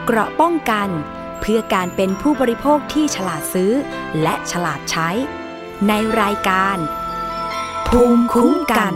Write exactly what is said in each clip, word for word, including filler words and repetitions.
เกราะป้องกันเพื่อการเป็นผู้บริโภคที่ฉลาดซื้อและฉลาดใช้ในรายการภูมิคุ้มกัน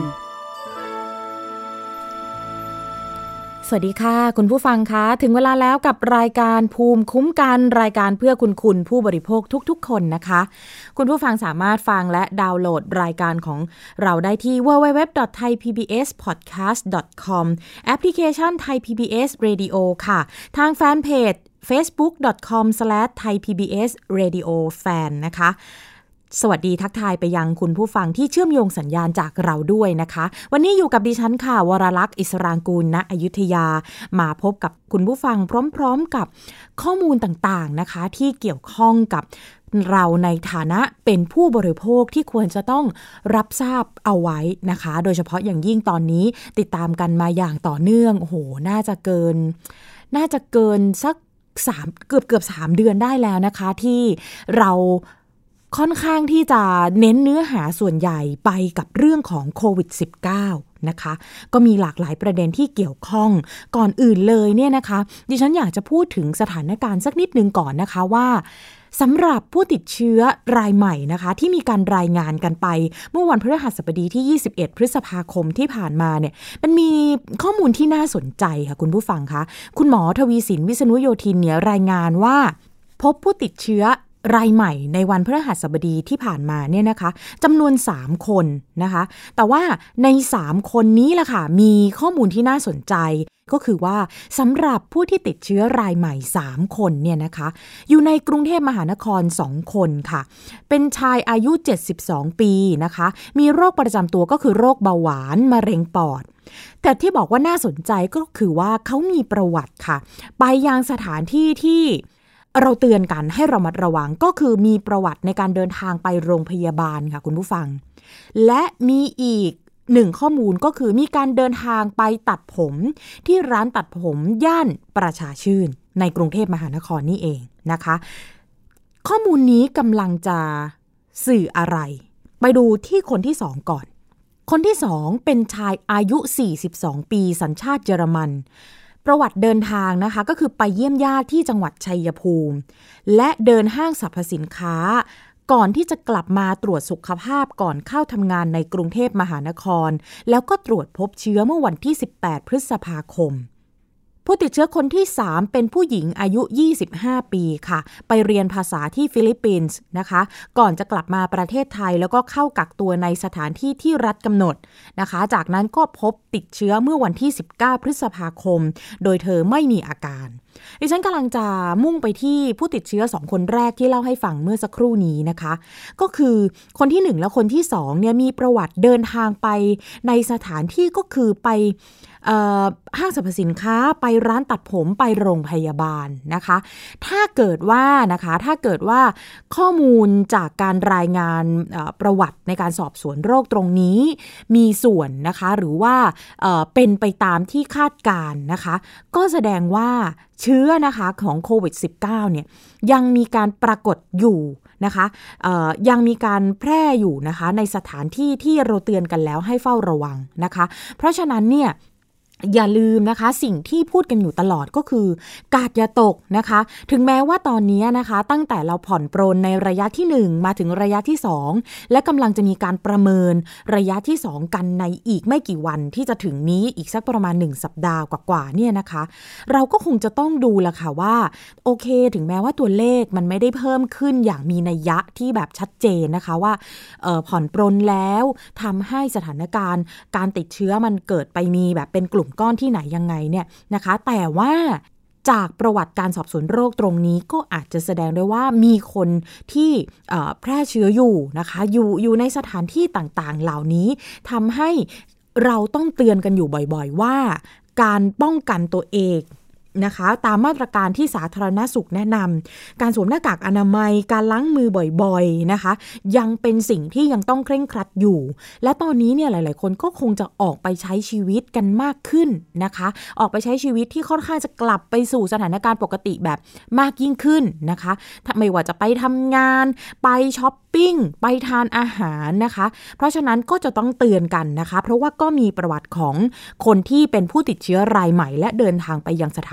สวัสดีค่ะคุณผู้ฟังคะถึงเวลาแล้วกับรายการภูมิคุ้มกันรายการเพื่อคุณคุณผู้บริโภคทุกๆคนนะคะคุณผู้ฟังสามารถฟังและดาวน์โหลดรายการของเราได้ที่ ดับเบิลยู ดับเบิลยู ดับเบิลยู ดอท ไทย พี บี เอส พอดแคสต์ ดอท คอม แอปพลิเคชัน Thai พี บี เอส Radio ค่ะทางแฟนเพจ เฟซบุ๊ก ดอท คอม สแลช ไทย พี บี เอส เรดิโอ แฟน นะคะสวัสดีทักทายไปยังคุณผู้ฟังที่เชื่อมโยงสัญญาณจากเราด้วยนะคะวันนี้อยู่กับดิฉันค่ะวรลักษณ์อิสรางกูลณอยุธยามาพบกับคุณผู้ฟังพร้อมๆกับข้อมูลต่างๆนะคะที่เกี่ยวข้องกับเราในฐานะเป็นผู้บริโภคที่ควรจะต้องรับทราบเอาไว้นะคะโดยเฉพาะอย่างยิ่งตอนนี้ติดตามกันมาอย่างต่อเนื่องโอ้โหน่าจะเกินน่าจะเกินสักสามเกือบเกือบสามเดือนได้แล้วนะคะที่เราค่อนข้างที่จะเน้นเนื้อหาส่วนใหญ่ไปกับเรื่องของโควิด สิบเก้า นะคะก็มีหลากหลายประเด็นที่เกี่ยวข้องก่อนอื่นเลยเนี่ยนะคะดิฉันอยากจะพูดถึงสถานการณ์สักนิดนึงก่อนนะคะว่าสำหรับผู้ติดเชื้อรายใหม่นะคะที่มีการรายงานกันไปเมื่อวันพฤหัสบดีที่ยี่สิบเอ็ดพฤษภาคมที่ผ่านมาเนี่ยมันมีข้อมูลที่น่าสนใจค่ะคุณผู้ฟังคะคุณหมอทวีสินวิษณุโยธินเนี่ยรายงานว่าพบผู้ติดเชื้อรายใหม่ในวันพฤหัสบดีที่ผ่านมาเนี่ยนะคะจำนวนสามคนนะคะแต่ว่าในสามคนนี้ล่ะค่ะมีข้อมูลที่น่าสนใจก็คือว่าสำหรับผู้ที่ติดเชื้อรายใหม่สามคนเนี่ยนะคะอยู่ในกรุงเทพมหานครสองคนค่ะเป็นชายอายุเจ็ดสิบสองปีนะคะมีโรคประจำตัวก็คือโรคเบาหวานมะเร็งปอดแต่ที่บอกว่าน่าสนใจก็คือว่าเขามีประวัติค่ะไปยังสถานที่ที่เราเตือนกันให้ระมัดระวังก็คือมีประวัติในการเดินทางไปโรงพยาบาลค่ะคุณผู้ฟังและมีอีกหนึ่งข้อมูลก็คือมีการเดินทางไปตัดผมที่ร้านตัดผมย่านประชาชื่นในกรุงเทพมหานครนี่เองนะคะข้อมูลนี้กำลังจะสื่ออะไรไปดูที่คนที่สองก่อนคนที่สองเป็นชายอายุสี่สิบสองปีสัญชาติเยอรมันประวัติเดินทางนะคะก็คือไปเยี่ยมญาติที่จังหวัดชัยภูมิและเดินห้างสรรพสินค้าก่อนที่จะกลับมาตรวจสุขภาพก่อนเข้าทำงานในกรุงเทพมหานครแล้วก็ตรวจพบเชื้อเมื่อวันที่สิบแปดพฤษภาคมผู้ติดเชื้อคนที่สามเป็นผู้หญิงอายุยี่สิบห้าปีค่ะไปเรียนภาษาที่ฟิลิปปินส์นะคะก่อนจะกลับมาประเทศไทยแล้วก็เข้ากักตัวในสถานที่ที่รัฐกำหนดนะคะจากนั้นก็พบติดเชื้อเมื่อวันที่สิบเก้าพฤษภาคมโดยเธอไม่มีอาการดิฉันกำลังจะมุ่งไปที่ผู้ติดเชื้อสองคนแรกที่เล่าให้ฟังเมื่อสักครู่นี้นะคะก็คือคนที่หนึ่งและคนที่สองเนี่ยมีประวัติเดินทางไปในสถานที่ก็คือไปห้างสรรพสินค้าไปร้านตัดผมไปโรงพยาบาลนะคะถ้าเกิดว่านะคะถ้าเกิดว่าข้อมูลจากการรายงานประวัติในการสอบสวนโรคตรงนี้มีส่วนนะคะหรือว่าเอ่อเป็นไปตามที่คาดการณ์นะคะก็แสดงว่าเชื้อนะคะของโควิด สิบเก้า เนี่ยยังมีการปรากฏอยู่นะคะยังมีการแพร่อยู่นะคะในสถานที่ที่เราเตือนกันแล้วให้เฝ้าระวังนะคะเพราะฉะนั้นเนี่ยอย่าลืมนะคะสิ่งที่พูดกันอยู่ตลอดก็คือกาดอย่าตกนะคะถึงแม้ว่าตอนนี้นะคะตั้งแต่เราผ่อนปรนในระยะที่หนึ่งมาถึงระยะที่สองและกำลังจะมีการประเมินระยะที่สองกันในอีกไม่กี่วันที่จะถึงนี้อีกสักประมาณหนึ่งสัปดาห์กว่าๆเนี่ยนะคะเราก็คงจะต้องดูละค่ะว่าโอเคถึงแม้ว่าตัวเลขมันไม่ได้เพิ่มขึ้นอย่างมีนัยยะที่แบบชัดเจนนะคะว่าเอ่อผ่อนปรนแล้วทำให้สถานการณ์การติดเชื้อมันเกิดไปมีแบบเป็นกลุ่มก้อนที่ไหนยังไงเนี่ยนะคะแต่ว่าจากประวัติการสอบสวนโรคตรงนี้ก็อาจจะแสดงได้ว่ามีคนที่แพร่เชื้ออยู่นะคะอยู่อยู่ในสถานที่ต่างๆเหล่านี้ทำให้เราต้องเตือนกันอยู่บ่อยๆว่าการป้องกันตัวเองนะคะตามมาตรการที่สาธารณสุขแนะนำการสวมหน้ากากอนามัยการล้างมือบ่อยๆนะคะยังเป็นสิ่งที่ยังต้องเคร่งครัดอยู่และตอนนี้เนี่ยหลายๆคนก็คงจะออกไปใช้ชีวิตกันมากขึ้นนะคะออกไปใช้ชีวิตที่ค่อนข้างจะกลับไปสู่สถานการณ์ปกติแบบมากยิ่งขึ้นนะคะไม่ว่าจะไปทำงานไปช้อปปิ้งไปทานอาหารนะคะเพราะฉะนั้นก็จะต้องเตือนกันนะคะเพราะว่าก็มีประวัติของคนที่เป็นผู้ติดเชื้อรายใหม่และเดินทางไปยังสถาน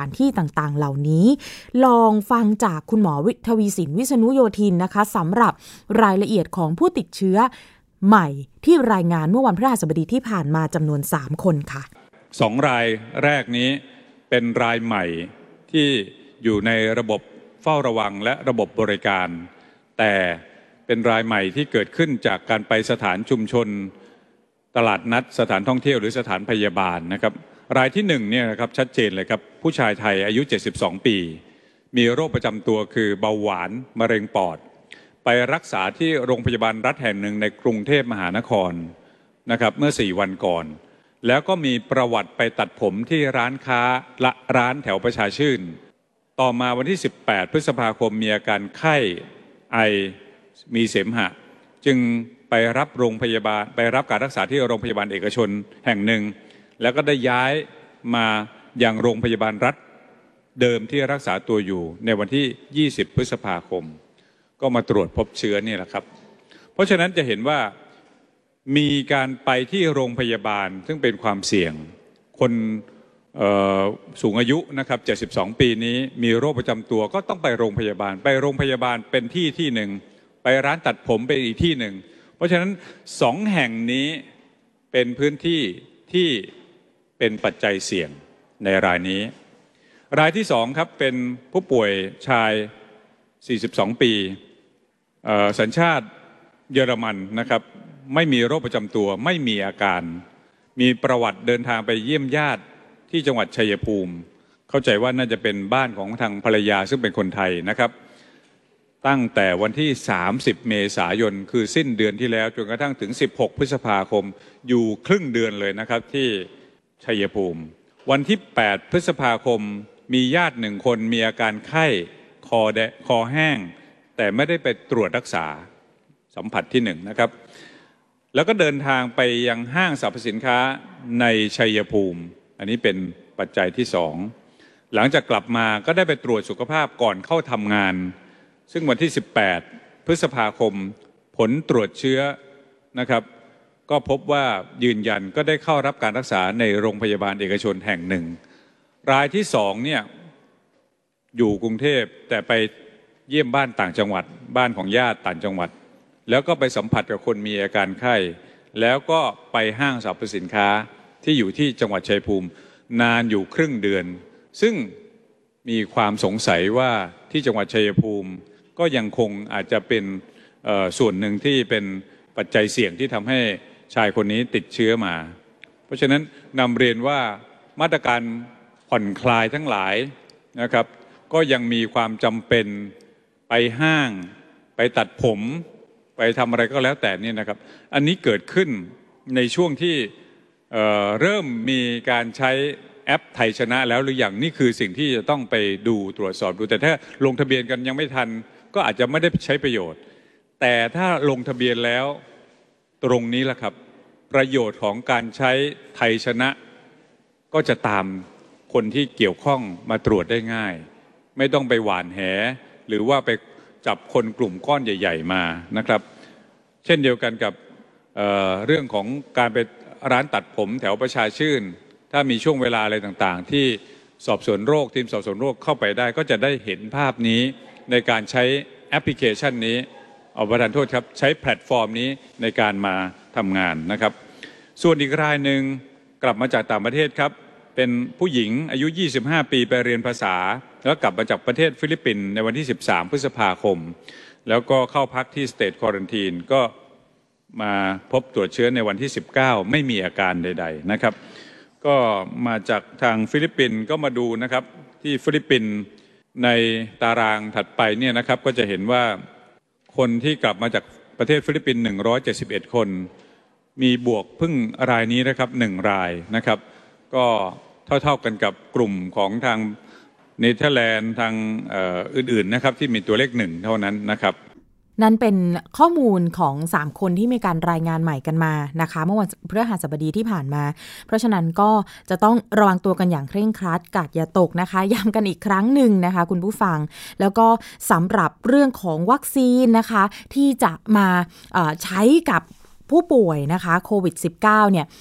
านที่ต่างๆเหล่านี้ลองฟังจากคุณหมอทวีสินวิษณุโยธินนะคะสำหรับรายละเอียดของผู้ติดเชื้อใหม่ที่รายงานเมื่อวันพฤหัสบดีที่ผ่านมาจำนวนสามคนค่ะสองรายแรกนี้เป็นรายใหม่ที่อยู่ในระบบเฝ้าระวังและระบบบริการแต่เป็นรายใหม่ที่เกิดขึ้นจากการไปสถานชุมชนตลาดนัดสถานท่องเที่ยวหรือสถานพยาบาลนะครับรายที่หนึ่งเนี่ยนะครับชัดเจนเลยครับผู้ชายไทยอายุเจ็ดสิบสองปีมีโรคประจำตัวคือเบาหวานมะเร็งปอดไปรักษาที่โรงพยาบาลรัฐแห่งหนึ่งในกรุงเทพมหานครนะครับเมื่อสี่วันก่อนแล้วก็มีประวัติไปตัดผมที่ร้านค้าละร้านแถวประชาชื่นต่อมาวันที่สิบแปดพฤษภาคมมีอาการไข้ไอมีเสมหะจึงไปรับโรงพยาบาลไปรับการรักษาที่โรงพยาบาลเอกชนแห่งหนึ่งแล้วก็ได้ย้ายมายังโรงพยาบาลรัฐเดิมที่รักษาตัวอยู่ในวันที่ยี่สิบพฤษภาคมก็มาตรวจพบเชื้อนี่แหละครับเพราะฉะนั้นจะเห็นว่ามีการไปที่โรงพยาบาลซึ่งเป็นความเสี่ยงคนสูงอายุนะครับเจ็ดสิบสองปีนี้มีโรคประจำตัวก็ต้องไปโรงพยาบาลไปโรงพยาบาลเป็นที่ที่หนึ่งไปร้านตัดผมเป็นอีกที่หนึ่งเพราะฉะนั้นสองแห่งนี้เป็นพื้นที่ที่เป็นปัจจัยเสี่ยงในรายนี้รายที่สองครับเป็นผู้ป่วยชายสี่สิบสองปีสัญชาติเยอรมันนะครับไม่มีโรคประจำตัวไม่มีอาการมีประวัติเดินทางไปเยี่ยมญาติที่จังหวัดชัยภูมิเข้าใจว่าน่าจะเป็นบ้านของทางภรรยาซึ่งเป็นคนไทยนะครับตั้งแต่วันที่สามสิบเมษายนคือสิ้นเดือนที่แล้วจนกระทั่งถึงสิบหกพฤษภาคมอยู่ครึ่งเดือนเลยนะครับที่ชัยภูมิวันที่แปดพฤษภาคมมีญาติหนึ่งคนมีอาการไข้คอแดคอแห้งแต่ไม่ได้ไปตรวจรักษาสัมผัสที่หนึ่งนะครับแล้วก็เดินทางไปยังห้างสรรพสินค้าในชัยภูมิอันนี้เป็นปัจจัยที่สองหลังจากกลับมาก็ได้ไปตรวจสุขภาพก่อนเข้าทำงานซึ่งวันที่สิบแปดพฤษภาคมผลตรวจเชื้อนะครับก็พบว่ายืนยันก็ได้เข้ารับการรักษาในโรงพยาบาลเอกชนแห่งหนึ่งรายที่สองเนี่ยอยู่กรุงเทพแต่ไปเยี่ยมบ้านต่างจังหวัดบ้านของญาติต่างจังหวัดแล้วก็ไปสัมผัสกับคนมีอาการไข้แล้วก็ไปห้างสรรพสินค้าที่อยู่ที่จังหวัดชัยภูมินานอยู่ครึ่งเดือนซึ่งมีความสงสัยว่าที่จังหวัดชัยภูมิก็ยังคงอาจจะเป็นส่วนหนึ่งที่เป็นปัจจัยเสี่ยงที่ทำให้ชายคนนี้ติดเชื้อมาเพราะฉะนั้นนำเรียนว่ามาตรการผ่อนคลายทั้งหลายนะครับก็ยังมีความจำเป็นไปห้างไปตัดผมไปทำอะไรก็แล้วแต่นี่นะครับอันนี้เกิดขึ้นในช่วงที่เอ่อเริ่มมีการใช้แอปไทยชนะแล้วหรือยังนี่คือสิ่งที่จะต้องไปดูตรวจสอบดูแต่ถ้าลงทะเบียนกันยังไม่ทันก็อาจจะไม่ได้ใช้ประโยชน์แต่ถ้าลงทะเบียนแล้วตรงนี้แหละครับประโยชน์ของการใช้ไทยชนะก็จะตามคนที่เกี่ยวข้องมาตรวจได้ง่ายไม่ต้องไปหว่านแหหรือว่าไปจับคนกลุ่มก้อนใหญ่ๆมานะครับเช่นเดียวกันกับ เอ่อ เรื่องของการไปร้านตัดผมแถวประชาชื่นถ้ามีช่วงเวลาอะไรต่างๆที่สอบสวนโรคทีมสอบสวนโรคเข้าไปได้ก็จะได้เห็นภาพนี้ในการใช้แอปพลิเคชันนี้เอาประทานโทษครับใช้แพลตฟอร์มนี้ในการมาทำงานนะครับส่วนอีกรายหนึ่งกลับมาจากต่างประเทศครับเป็นผู้หญิงอายุยี่สิบห้าปีไปเรียนภาษาแล้วกลับมาจากประเทศฟิลิปปินส์ในวันที่สิบสามพฤษภาคมแล้วก็เข้าพักที่สเตทควอรันทีนก็มาพบตรวจเชื้อในวันที่สิบเก้าไม่มีอาการใดๆนะครับก็มาจากทางฟิลิปปินส์ก็มาดูนะครับที่ฟิลิปปินส์ในตารางถัดไปเนี่ยนะครับก็จะเห็นว่าคนที่กลับมาจากประเทศฟิลิปปินส์หนึ่งร้อยเจ็ดสิบเอ็ดคนมีบวกเพิ่งรายนี้นะครับหนึ่งรายนะครับก็เท่าๆกันกับกลุ่มของทางเนเธอร์แลนด์ทางเอ่ออื่นๆนะครับที่มีตัวเลขหนึ่งเท่านั้นนะครับนั่นเป็นข้อมูลของสามคนที่มีการรายงานใหม่กันมานะคะเมื่อวันพฤหัสบดีที่ผ่านมาเพราะฉะนั้นก็จะต้องระวังตัวกันอย่างเคร่งครัดกาดอย่าตกนะคะย้ำกันอีกครั้งหนึ่งนะคะคุณผู้ฟังแล้วก็สำหรับเรื่องของวัคซีนนะคะที่จะมาใช้กับผู้ป่วยนะคะโควิด สิบเก้า เนี่ย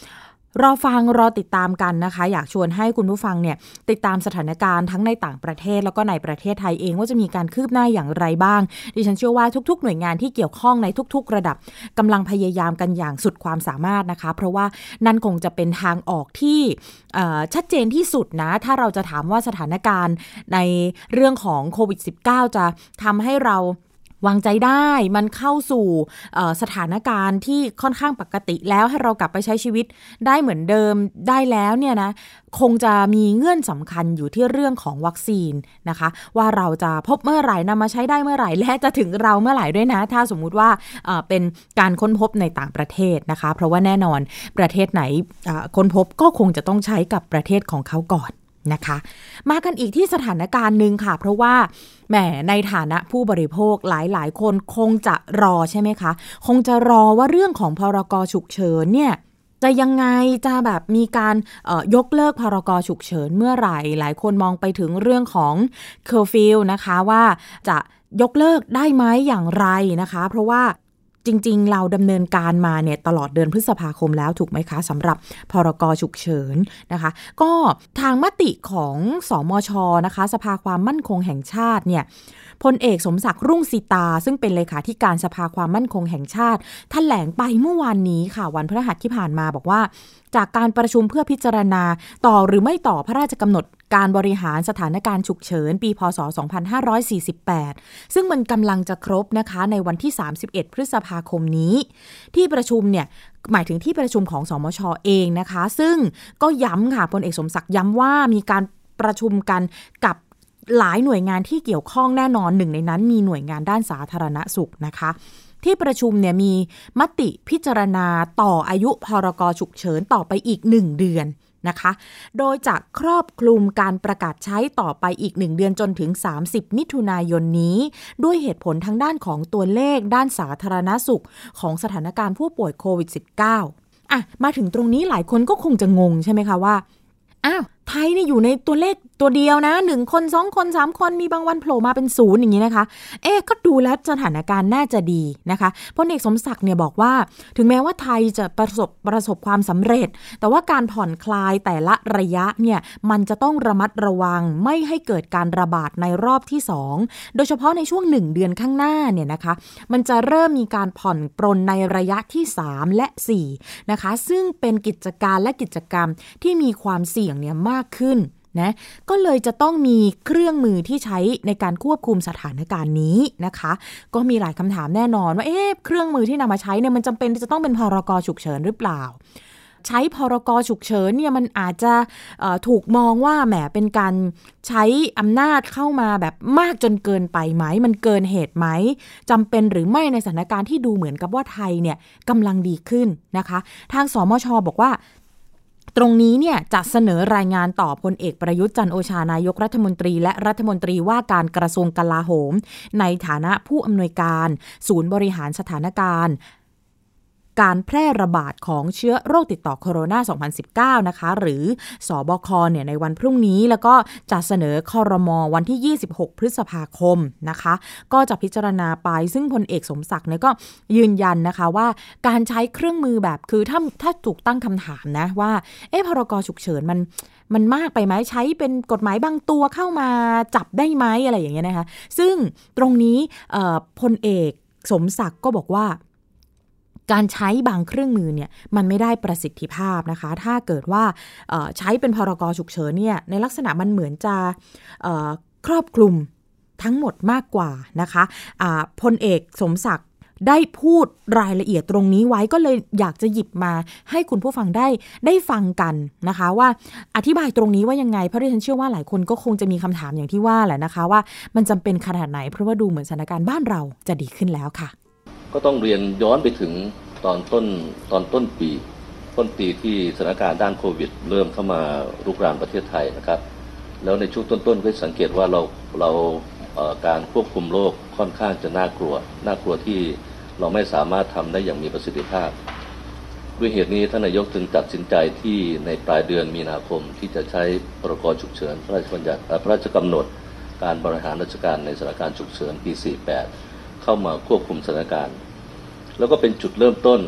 รอฟังรอติดตามกันนะคะอยากชวนให้คุณผู้ฟังเนี่ยติดตามสถานการณ์ทั้งในต่างประเทศแล้วก็ในประเทศไทยเองว่าจะมีการคืบหน้าอย่างไรบ้างดิฉันเชื่อว่าทุกๆหน่วยงานที่เกี่ยวข้องในทุกๆระดับกำลังพยายามกันอย่างสุดความสามารถนะคะเพราะว่านั่นคงจะเป็นทางออกที่ชัดเจนที่สุดนะถ้าเราจะถามว่าสถานการณ์ในเรื่องของโควิด สิบเก้า จะทำให้เราวางใจได้มันเข้าสู่สถานการณ์ที่ค่อนข้างปกติแล้วให้เรากลับไปใช้ชีวิตได้เหมือนเดิมได้แล้วเนี่ยนะคงจะมีเงื่อนสำคัญอยู่ที่เรื่องของวัคซีนนะคะว่าเราจะพบเมื่อไหร่นำมาใช้ได้เมื่อไหร่และจะถึงเราเมื่อไหร่ด้วยนะถ้าสมมุติว่าเป็นการค้นพบในต่างประเทศนะคะเพราะว่าแน่นอนประเทศไหนค้นพบก็คงจะต้องใช้กับประเทศของเขาก่อนนะคะมากันอีกที่สถานการณ์นึงค่ะเพราะว่าแหมในฐานะผู้บริโภคหลายๆคนคงจะรอใช่ไหมคะคงจะรอว่าเรื่องของพรกฉุกเฉินเนี่ยจะยังไงจะแบบมีการยกเลิกพรกฉุกเฉินเมื่อไหร่หลายคนมองไปถึงเรื่องของเคอร์ฟิวนะคะว่าจะยกเลิกได้ไหมอย่างไรนะคะเพราะว่าจริงๆเราดำเนินการมาเนี่ยตลอดเดือนพฤษภาคมแล้วถูกไหมคะสำหรับพรกฉุกเฉินนะคะก็ทางมติของสมช.นะคะสภาความมั่นคงแห่งชาติเนี่ยพลเอกสมศักดิ์รุ่งสีตาซึ่งเป็นเลขาธิการสภาความมั่นคงแห่งชาติแถลงไปเมื่อวานนี้ค่ะวันพฤหัสที่ผ่านมาบอกว่าจากการประชุมเพื่อพิจารณาต่อหรือไม่ต่อพระราชกำหนดการบริหารสถานการณ์ฉุกเฉินปีพ.ศ. สองพันห้าร้อยสี่สิบแปดซึ่งมันกำลังจะครบนะคะในวันที่สามสิบเอ็ดพฤษภาคมนี้ที่ประชุมเนี่ยหมายถึงที่ประชุมของสมช.เองนะคะซึ่งก็ย้ำค่ะพลเอกสมศักดิ์ย้ำว่ามีการประชุมกันกับหลายหน่วยงานที่เกี่ยวข้องแน่นอนหนึ่งในนั้นมีหน่วยงานด้านสาธารณสุขนะคะที่ประชุมเนี่ยมีมติพิจารณาต่ออายุพรกฉุกเฉินต่อไปอีกหนึ่งเดือนนะคะโดยจะครอบคลุมการประกาศใช้ต่อไปอีกหนึ่งเดือนจนถึงสามสิบมิถุนายนนี้ด้วยเหตุผลทางด้านของตัวเลขด้านสาธารณสุขของสถานการณ์ผู้ป่วยโควิด สิบเก้า อ่ะมาถึงตรงนี้หลายคนก็คงจะงงใช่ไหมคะว่าอ้าวไทยเนี่ยอยู่ในตัวเลขตัวเดียวนะหนึ่งคนสองคนสามคนมีบางวันโผล่มาเป็นศูนย์อย่างนี้นะคะเอ๊ะก็ดูแล้วสถานการณ์น่าจะดีนะคะพลเอกสมศักดิ์เนี่ยบอกว่าถึงแม้ว่าไทยจะประสบประสบความสำเร็จแต่ว่าการผ่อนคลายแต่ละระยะเนี่ยมันจะต้องระมัดระวังไม่ให้เกิดการระบาดในรอบที่สองโดยเฉพาะในช่วงหนึ่งเดือนข้างหน้าเนี่ยนะคะมันจะเริ่มมีการผ่อนปรนในระยะที่สามและสี่นะคะซึ่งเป็นกิจการและกิจกรรมที่มีความเสี่ยงเนี่ยมากขึ้นนะก็เลยจะต้องมีเครื่องมือที่ใช้ในการควบคุมสถานการณ์นี้นะคะก็มีหลายคำถามแน่นอนว่าเอ๊ะเครื่องมือที่นำมาใช้เนี่ยมันจำเป็นจะต้องเป็นพรกฉุกเฉินหรือเปล่าใช้พรกฉุกเฉินเนี่ยมันอาจจะถูกมองว่าแหมเป็นการใช้อำนาจเข้ามาแบบมากจนเกินไปไหมมันเกินเหตุไหมจำเป็นหรือไม่ในสถานการณ์ที่ดูเหมือนกับว่าไทยเนี่ยกำลังดีขึ้นนะคะทางสมช.บอกว่าตรงนี้เนี่ยจะเสนอรายงานต่อพลเอกประยุทธ์จันทร์โอชานายกรัฐมนตรีและรัฐมนตรีว่าการกระทรวงกลาโหมในฐานะผู้อำนวยการศูนย์บริหารสถานการณ์การแพร่ระบาดของเชื้อโรคติดต่อโคโรนา สองพันสิบเก้า นะคะหรือสบคเนี่ยในวันพรุ่งนี้แล้วก็จะเสนอครม.วันที่ยี่สิบหกพฤษภาคมนะคะก็จะพิจารณาไปซึ่งพลเอกสมศักดิ์เนี่ยก็ยืนยันนะคะว่าการใช้เครื่องมือแบบคือถ้าถ้าถูกตั้งคำถามนะว่าเอ๊ะพรกฉุกเฉินมันมันมากไปไหมใช้เป็นกฎหมายบางตัวเข้ามาจับได้ไหมอะไรอย่างเงี้ยนะคะซึ่งตรงนี้พลเอกสมศักดิ์ก็บอกว่าการใช้บางเครื่องมือเนี่ยมันไม่ได้ประสิทธิภาพนะคะถ้าเกิดว่าใช้เป็นพรกฉุกเฉินเนี่ยในลักษณะมันเหมือนจะครอบคลุมทั้งหมดมากกว่านะคะพลเอกสมศักดิ์ได้พูดรายละเอียดตรงนี้ไว้ก็เลยอยากจะหยิบมาให้คุณผู้ฟังได้ได้ฟังกันนะคะว่าอธิบายตรงนี้ว่ายังไงเพราะดิฉันเชื่อว่าหลายคนก็คงจะมีคำถามอย่างที่ว่าแหละนะคะว่ามันจำเป็นขนาดไหนเพราะว่าดูเหมือนสถานการณ์บ้านเราจะดีขึ้นแล้วค่ะก็ต้องเรียนย้อนไปถึงตอนต้นตอนต้นปีต้นปีที่สถานการณ์ด้านโควิดเริ่มเข้ามารุกรานประเทศไทยนะครับแล้วในช่วงต้นๆก็สังเกตว่าเราเราเอ่อการควบคุมโรคค่อนข้างจะน่ากลัวน่ากลัวที่เราไม่สามารถทำได้อย่างมีประสิทธิภาพด้วยเหตุนี้ท่านนายกจึงตัดสินใจที่ในปลายเดือนมีนาคมที่จะใช้พรกฉุกเฉินพระราชบัญญัติพระราชกำหนดการบริหารราชการในสถานการณ์ฉุกเฉินปีสี่สิบแปดเข้ามาควบคุมสถานการณ์แล้วก็เป็นจุดเริ่มต้น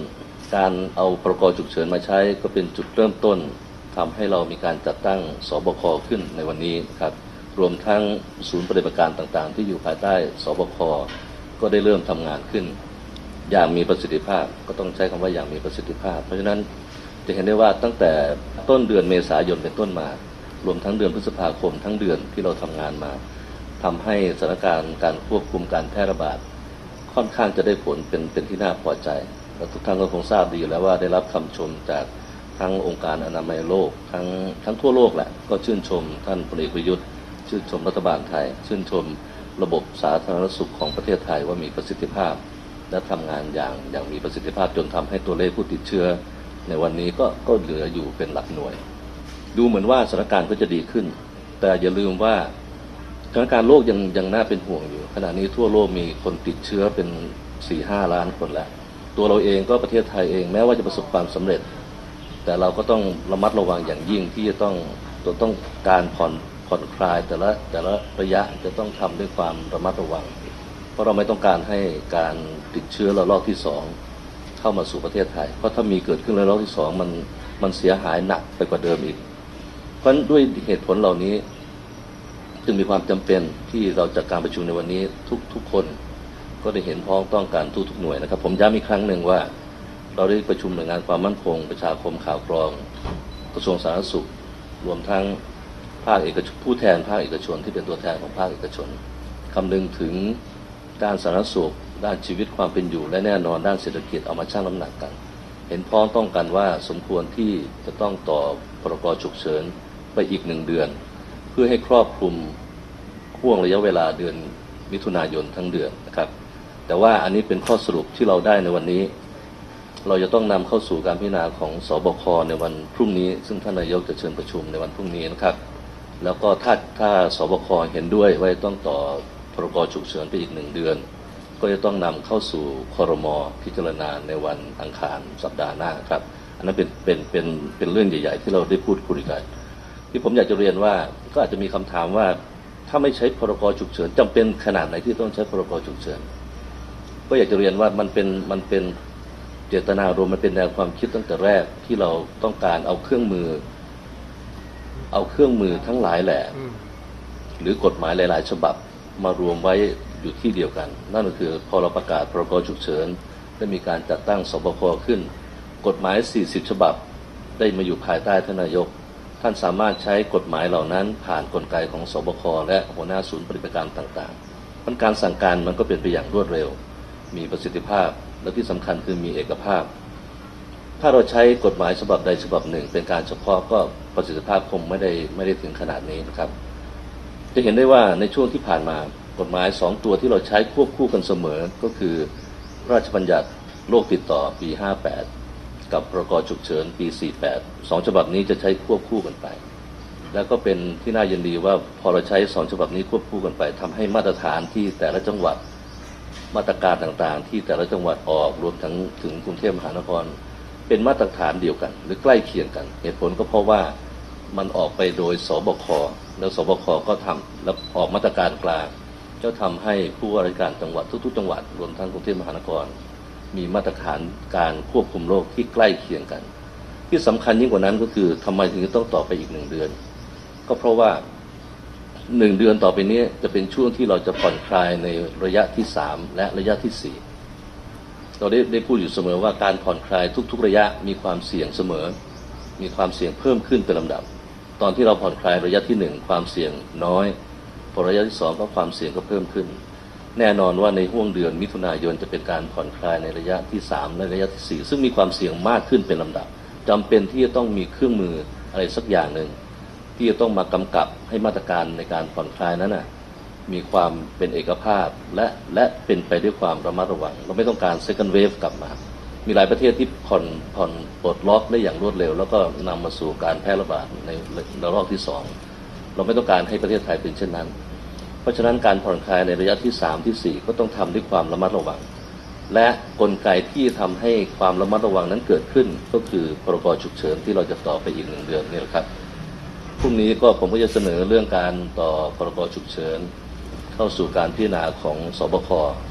การเอาพรกฉุกเฉินมาใช้ก็เป็นจุดเริ่มต้นทำให้เรามีการจัดตั้งสบคขึ้นในวันนี้ครับรวมทั้งศูนย์ปฏิบัติการต่างๆที่อยู่ภายใต้สบคก็ได้เริ่มทำงานขึ้นอย่างมีประสิทธิภาพก็ต้องใช้คำว่าอย่างมีประสิทธิภาพเพราะฉะนั้นจะเห็นได้ว่าตั้งแต่ต้นเดือนเมษายนเป็นต้นมารวมทั้งเดือนพฤษภาคมทั้งเดือนที่เราทำงานมาทำให้สถานการณ์การควบคุมการแพร่ระบาดค่อนข้างจะได้ผลเป็นเป็นที่น่าพอใจและทุกท่านก็คงทราบดีอยู่แล้วว่าได้รับคำชมจากทั้งองค์การอนามัยโลกทั้งทั้งทั่วโลกแหละก็ชื่นชมท่านพลเอกประยุทธ์ชื่นชมรัฐบาลไทยชื่นชมระบบสาธารณสุขของประเทศไทยว่ามีประสิทธิภาพและทำงานอย่างอย่างมีประสิทธิภาพจนทำให้ตัวเลขผู้ติดเชื้อในวันนี้ก็ก็เหลืออยู่เป็นหลักหน่วยดูเหมือนว่าสถานการณ์ก็จะดีขึ้นแต่อย่าลืมว่าสถานการณ์โลกยังยังน่าเป็นห่วงอยู่ขณะนี้ทั่วโลกมีคนติดเชื้อเป็น สี่ห้า ล้านคนแล้วตัวเราเองก็ประเทศไทยเองแม้ว่าจะประสบความสำเร็จแต่เราก็ต้องระมัดระวังอย่างยิ่งที่จะต้องต้องการผ่อนผ่อนคลายแต่ละแต่ละระยะจะต้องทำด้วยความระมัดระวังเพราะเราไม่ต้องการให้การติดเชื้อระลอกที่สองเข้ามาสู่ประเทศไทยเพราะถ้ามีเกิดขึ้นระลอกที่สองมันมันเสียหายหนักไปกว่าเดิมอีกเพราะฉะนั้นด้วยเหตุผลเหล่านี้จึงมีความจำเป็นที่เราจัดการประชุมในวันนี้ทุกทุกคนก็ได้เห็นพ้องต้องการทุกทุกหน่วยนะครับผมย้ำอีกครั้งหนึ่งว่าเราได้ประชุมหน่วยงานความมั่นคงประชาคมข่าวกรองกระทรวงสาธารณสุขรวมทั้งภาคเอกชนผู้แทนภาคเอกชนที่เป็นตัวแทนของภาคเอกชนคำนึงถึงด้านสาธารณสุขด้านชีวิตความเป็นอยู่และแน่นอนด้านเศรษฐกิจเอามาชั่งน้ำหนักกันเห็นพ้องต้องกันว่าสมควรที่จะต้องต่อพรกฉุกเฉินไปอีกหนึ่งเดือนเพื่อให้ครอบคลุมห่วงระยะเวลาเดือนมิถุนายนทั้งเดือนนะครับแต่ว่าอันนี้เป็นข้อสรุปที่เราได้ในวันนี้เราจะต้องนำเข้าสู่การพิจารณาของสบคในวันพรุ่งนี้ซึ่งท่านนายกจะเชิญประชุมในวันพรุ่งนี้นะครับแล้วก็ถ้าถ้าสบคเห็นด้วยว่าต้องต่อพรกฉุกเฉินไปอีกหนึ่งเดือนก็จะต้องนำเข้าสู่ครม.พิจารณาในวันอังคารสัปดาห์หน้าครับอันนั้นเป็นเป็นเป็นเป็นเรื่องใหญ่ๆที่เราได้พูดคุยกันที่ผมอยากจะเรียนว่าก็อาจจะมีคำถามว่าถ้าไม่ใช้พรกฉุกเฉินจำเป็นขนาดไหนที่ต้องใช้พรกฉุกเฉินก็อยากจะเรียนว่ามันเป็นมันเป็นเจตนารมณ์มันเป็นแนวความคิดตั้งแต่แรกที่เราต้องการเอาเครื่องมือเอาเครื่องมือทั้งหลายแหละหรือกฎหมายหลายๆฉบับมารวมไว้อยู่ที่เดียวกันนั่นก็คือพอเราประกาศพรกฉุกเฉินได้มีการจัดตั้งสบคขึ้นกฎหมายสี่สิบฉบับได้มาอยู่ภายใต้ท่านนายกท่านสามารถใช้กฎหมายเหล่านั้นผ่านกลไกของสบคและหัวหน้าศูนย์ปฏิบัติการต่างๆมันการสั่งการมันก็เป็นไปอย่างรวดเร็วมีประสิทธิภาพและที่สำคัญคือมีเอกภาพถ้าเราใช้กฎหมายฉบับใดฉบับหนึ่งเป็นการเฉพาะก็ประสิทธิภาพคงไม่ได้ไม่ได้ถึงขนาดนี้นะครับจะเห็นได้ว่าในช่วงที่ผ่านมากฎหมายสองตัวที่เราใช้ควบคู่กันเสมอก็คือพระราชบัญญัติโรคติดต่อปีห้าแปดกับพรกฉุกเฉินปีสี่แปดสองฉบับนี้จะใช้ควบคู่กันไปแล้วก็เป็นที่น่ายินดีว่าพอเราใช้สองฉบับนี้ควบคู่กันไปทำให้มาตรฐานที่แต่ละจังหวัดมาตรการต่างๆที่แต่ละจังหวัดออกรวมทั้งถึงกรุงเทพมหานครเป็นมาตรฐานเดียวกันหรือใกล้เคียงกันเหตุผลก็เพราะว่ามันออกไปโดยสบคแล้วสบคก็ทำแล้วออกมาตรการกลางจะทำให้ผู้ว่าราชการจังหวัดทุกๆจังหวัดรวมทั้งกรุงเทพมหานครมีมาตรฐานการควบคุมโรคที่ใกล้เคียงกันที่สำคัญยิ่งกว่านั้นก็คือทำไมถึงต้องต่อไปอีกหนึ่งเดือนก็เพราะว่าหนึ่งเดือนต่อไปนี้จะเป็นช่วงที่เราจะผ่อนคลายในระยะที่สามและระยะที่สี่เราได้ได้พูดอยู่เสมอว่าการผ่อนคลายทุกๆระยะมีความเสี่ยงเสมอมีความเสี่ยงเพิ่มขึ้นเป็นลำดับตอนที่เราผ่อนคลายระยะที่หนึ่งความเสี่ยงน้อยพอระยะที่สองก็ความเสี่ยงก็เพิ่มขึ้นแน่นอนว่าในห่วงเดือนมิถุนายนจะเป็นการผ่อนคลายในระยะที่สามและระยะที่สี่ซึ่งมีความเสี่ยงมากขึ้นเป็นลำดับจำเป็นที่จะต้องมีเครื่องมืออะไรสักอย่างหนึ่งที่จะต้องมากำกับให้มาตรการในการผ่อนคลายนั้นนะมีความเป็นเอกภาพและและเป็นไปด้วยความระมัดระวังเราไม่ต้องการ second wave กลับมามีหลายประเทศที่ผ่อนผ่อนปลดล็อกได้อย่างรวดเร็วแล้วก็นำมาสู่การแพร่ระบาดในระลอกที่สองเราไม่ต้องการให้ประเทศไทยเป็นเช่นนั้นเพราะฉะนั้นการผ่อนคลายในระยะที่สามที่สี่ก็ต้องทำด้วยความระมัดระวังและกลไกที่ทำให้ความระมัดระวังนั้นเกิดขึ้นก็คือพรกฉุกเฉินที่เราจะต่อไปอีกหนึ่งเดือนนี่แหละครับพรุ่งนี้ก็ผมก็จะเสนอเรื่องการต่อพรกฉุกเฉินเข้าสู่การพิจารณาของสบค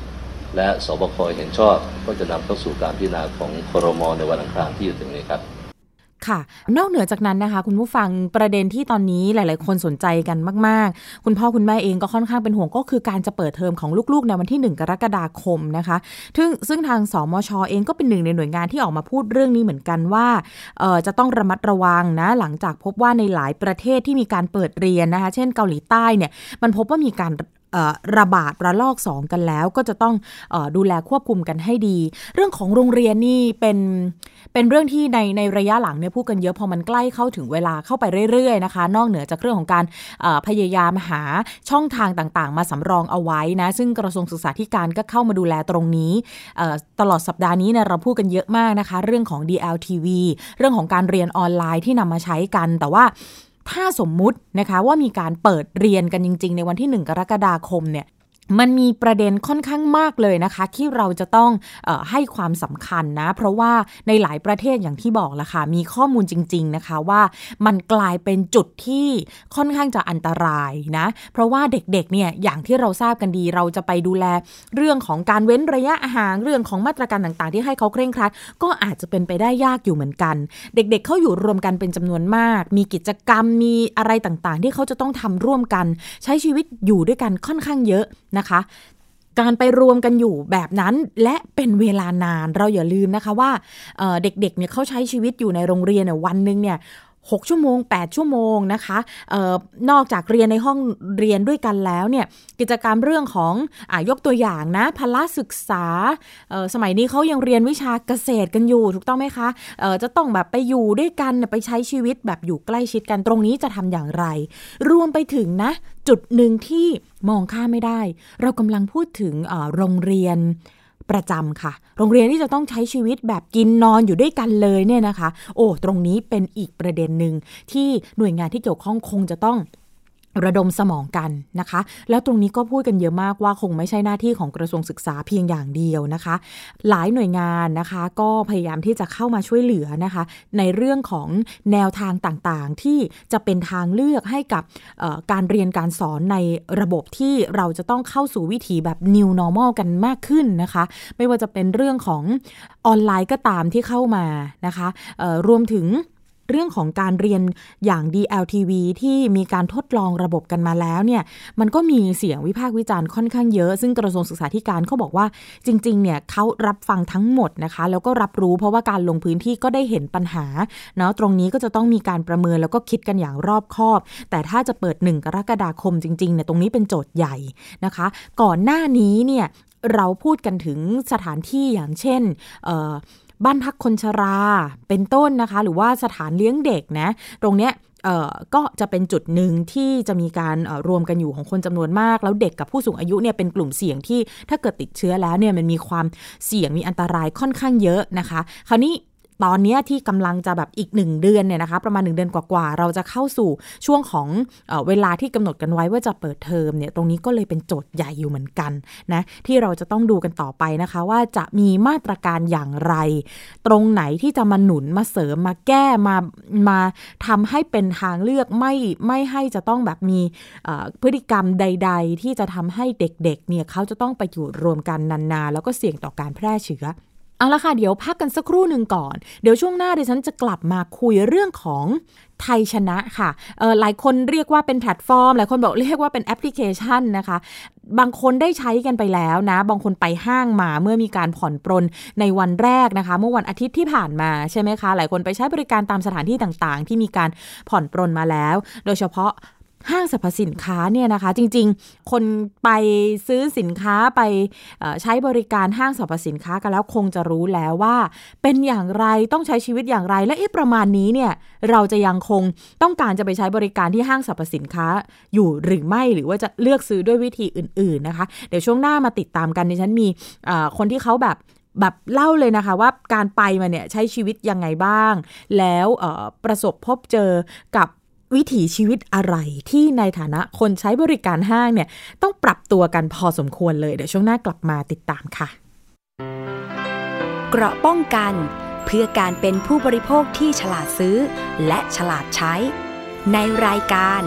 และสบคเห็นชอบก็จะนำเข้าสู่การพิจารณาของครม.ในวันอังคารที่จะถึงนี้ครับค่ะนอกเหนือจากนั้นนะคะคุณผู้ฟังประเด็นที่ตอนนี้หลายๆคนสนใจกันมากๆคุณพ่อคุณแม่เองก็ค่อนข้างเป็นห่วงก็คือการจะเปิดเทอมของลูกๆในวันที่หนึ่งกรกฎาคมนะคะซึ่งซึ่งทางสมช.เองก็เป็นหนึ่งในหน่วยงานที่ออกมาพูดเรื่องนี้เหมือนกันว่าเอ่อจะต้องระมัดระวังนะหลังจากพบว่าในหลายประเทศที่มีการเปิดเรียนนะคะเช่นเกาหลีใต้เนี่ยมันพบว่ามีการระบาดระลอกสองกันแล้วก็จะต้องเอ่อดูแลควบคุมกันให้ดีเรื่องของโรงเรียนนี่เป็นเป็นเรื่องที่ในในระยะหลังเนี่ยพูดกันเยอะพอมันใกล้เข้าถึงเวลาเข้าไปเรื่อยๆนะคะนอกเหนือจากเรื่องของการพยายามหาช่องทางต่างๆมาสำรองเอาไว้นะซึ่งกระทรวงศึกษาธิการก็เข้ามาดูแลตรงนี้ตลอดสัปดาห์นี้เนี่ยเราพูดกันเยอะมากนะคะเรื่องของ ดี แอล ที วี เรื่องของการเรียนออนไลน์ที่นำมาใช้กันแต่ว่าถ้าสมมุตินะคะว่ามีการเปิดเรียนกันจริงๆในวันที่หนึ่งกรกฎาคมเนี่ยมันมีประเด็นค่อนข้างมากเลยนะคะที่เราจะต้องเอ่อให้ความสำคัญนะเพราะว่าในหลายประเทศอย่างที่บอกละค่ะมีข้อมูลจริงๆนะคะว่ามันกลายเป็นจุดที่ค่อนข้างจะอันตรายนะเพราะว่าเด็กๆเนี่ยอย่างที่เราทราบกันดีเราจะไปดูแลเรื่องของการเว้นระยะห่างเรื่องของมาตรการต่างๆที่ให้เขาเคร่งครัดก็อาจจะเป็นไปได้ยากอยู่เหมือนกันเด็กๆเขาอยู่รวมกันเป็นจำนวนมากมีกิจกรรมมีอะไรต่างๆที่เขาจะต้องทำร่วมกันใช้ชีวิตอยู่ด้วยกันค่อนข้างเยอะนะคะการไปรวมกันอยู่แบบนั้นและเป็นเวลานานเราอย่าลืมนะคะว่า เอ่อ เด็กๆเนี่ยเขาใช้ชีวิตอยู่ในโรงเรียนเนี่ยวันนึงเนี่ยหกชั่วโมงแปดชั่วโมงนะคะเอ่อนอกจากเรียนในห้องเรียนด้วยกันแล้วเนี่ยกิจกรรมเรื่องของอ่ายกตัวอย่างนะพละศึกษาเอ่อสมัยนี้เขายังเรียนวิชาเกษตรกันอยู่ถูกต้องไหมคะเอ่อจะต้องแบบไปอยู่ด้วยกันไปใช้ชีวิตแบบอยู่ใกล้ชิดกันตรงนี้จะทำอย่างไรรวมไปถึงนะจุดหนึ่งที่มองข้ามไม่ได้เรากำลังพูดถึงเอ่อโรงเรียนประจำค่ะโรงเรียนที่จะต้องใช้ชีวิตแบบกินนอนอยู่ด้วยกันเลยเนี่ยนะคะโอ้ตรงนี้เป็นอีกประเด็นหนึ่งที่หน่วยงานที่เกี่ยวข้องคงจะต้องระดมสมองกันนะคะแล้วตรงนี้ก็พูดกันเยอะมากว่าคงไม่ใช่หน้าที่ของกระทรวงศึกษาเพียงอย่างเดียวนะคะหลายหน่วยงานนะคะก็พยายามที่จะเข้ามาช่วยเหลือนะคะในเรื่องของแนวทางต่างๆที่จะเป็นทางเลือกให้กับการเรียนการสอนในระบบที่เราจะต้องเข้าสู่วิถีแบบ New Normal กันมากขึ้นนะคะไม่ว่าจะเป็นเรื่องของออนไลน์ก็ตามที่เข้ามานะคะรวมถึงเรื่องของการเรียนอย่าง ดี แอล ที วี ที่มีการทดลองระบบกันมาแล้วเนี่ยมันก็มีเสียงวิพากษ์วิจารณ์ค่อนข้างเยอะซึ่งกระทรวงศึกษาธิการเขาบอกว่าจริงๆเนี่ยเขารับฟังทั้งหมดนะคะแล้วก็รับรู้เพราะว่าการลงพื้นที่ก็ได้เห็นปัญหาเนาะตรงนี้ก็จะต้องมีการประเมินแล้วก็คิดกันอย่างรอบคอบแต่ถ้าจะเปิดหนึ่งกรกฎาคมจริงๆเนี่ยตรงนี้เป็นโจทย์ใหญ่นะคะก่อนหน้านี้เนี่ยเราพูดกันถึงสถานที่อย่างเช่นเอ่อบ้านพักคนชราเป็นต้นนะคะหรือว่าสถานเลี้ยงเด็กนะตรงเนี้ยเอ่อก็จะเป็นจุดหนึ่งที่จะมีการเอ่อรวมกันอยู่ของคนจำนวนมากแล้วเด็กกับผู้สูงอายุเนี่ยเป็นกลุ่มเสี่ยงที่ถ้าเกิดติดเชื้อแล้วเนี่ยมันมีความเสี่ยงมีอันตรายค่อนข้างเยอะนะคะคราวนี้ตอนนี้ที่กำลังจะแบบอีกหนึ่งเดือนเนี่ยนะคะประมาณหนึ่งเดือนกว่าๆเราจะเข้าสู่ช่วงของเอ่อเวลาที่กำหนดกันไว้ว่าจะเปิดเทอมเนี่ยตรงนี้ก็เลยเป็นโจทย์ใหญ่อยู่เหมือนกันนะที่เราจะต้องดูกันต่อไปนะคะว่าจะมีมาตรการอย่างไรตรงไหนที่จะมาหนุนมาเสริมมาแก้มามาทำให้เป็นทางเลือกไม่ไม่ให้จะต้องแบบมีเอ่อพฤติกรรมใดๆที่จะทำให้เด็กๆเนี่ยเขาจะต้องไปอยู่รวมกันนานๆแล้วก็เสี่ยงต่อการแพร่เชื้อเอาละค่ะเดี๋ยวพักกันสักครู่หนึ่งก่อนเดี๋ยวช่วงหน้าดิฉันจะกลับมาคุยเรื่องของไทยชนะค่ะเออหลายคนเรียกว่าเป็นแพลตฟอร์มหลายคนบอกเรียกว่าเป็นแอปพลิเคชันนะคะบางคนได้ใช้กันไปแล้วนะบางคนไปห้างมาเมื่อมีการผ่อนปรนในวันแรกนะคะเมื่อวันอาทิตย์ที่ผ่านมาใช่ไหมคะหลายคนไปใช้บริการตามสถานที่ต่างๆที่มีการผ่อนปรนมาแล้วโดยเฉพาะห้างสรรพสินค้าเนี่ยนะคะจริงๆคนไปซื้อสินค้าไปใช้บริการห้างสรรพสินค้ากันแล้วคงจะรู้แล้วว่าเป็นอย่างไรต้องใช้ชีวิตอย่างไรและเอ๊ะประมาณนี้เนี่ยเราจะยังคงต้องการจะไปใช้บริการที่ห้างสรรพสินค้าอยู่หรือไม่หรือว่าจะเลือกซื้อด้วยวิธีอื่นๆนะคะเดี๋ยวช่วงหน้ามาติดตามกันดิฉันมีคนที่เขาแบบแบบเล่าเลยนะคะว่าการไปมาเนี่ยใช้ชีวิตยังไงบ้างแล้วประสบพบเจอกับวิถีชีวิตอะไรที่ในฐานะคนใช้บริการห้างเนี่ยต้องปรับตัวกันพอสมควรเลยเดี๋ยวช่วงหน้ากลับมาติดตามค่ะเกราะป้องกันเพื่อการเป็นผู้บริโภคที่ฉลาดซื้อและฉลาดใช้ในรายการ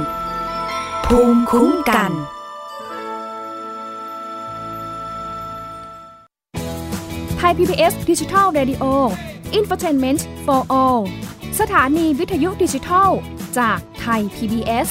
ภูมิคุ้มกันย พี บี เอส Digital Radio Infotainment for All สถานีวิทยุดิจิทัลจากไทย พี บี เอส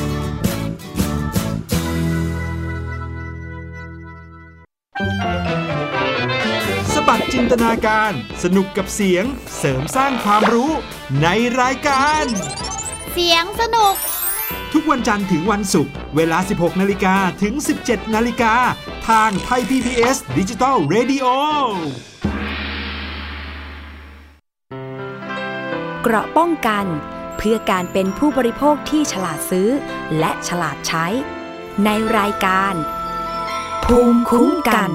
สบัดจินตนาการสนุกกับเสียงเสริมสร้างความรู้ในรายการเสียงสนุกทุกวันจันทร์ถึงวันศุกร์เวลา สิบหกนาฬิกา ถึง สิบเจ็ดนาฬิกา ทางไทย พี บี เอส Digital Radio เกราะป้องกันเพื่อการเป็นผู้บริโภคที่ฉลาดซื้อและฉลาดใช้ในรายการภูมิคุ้มกัน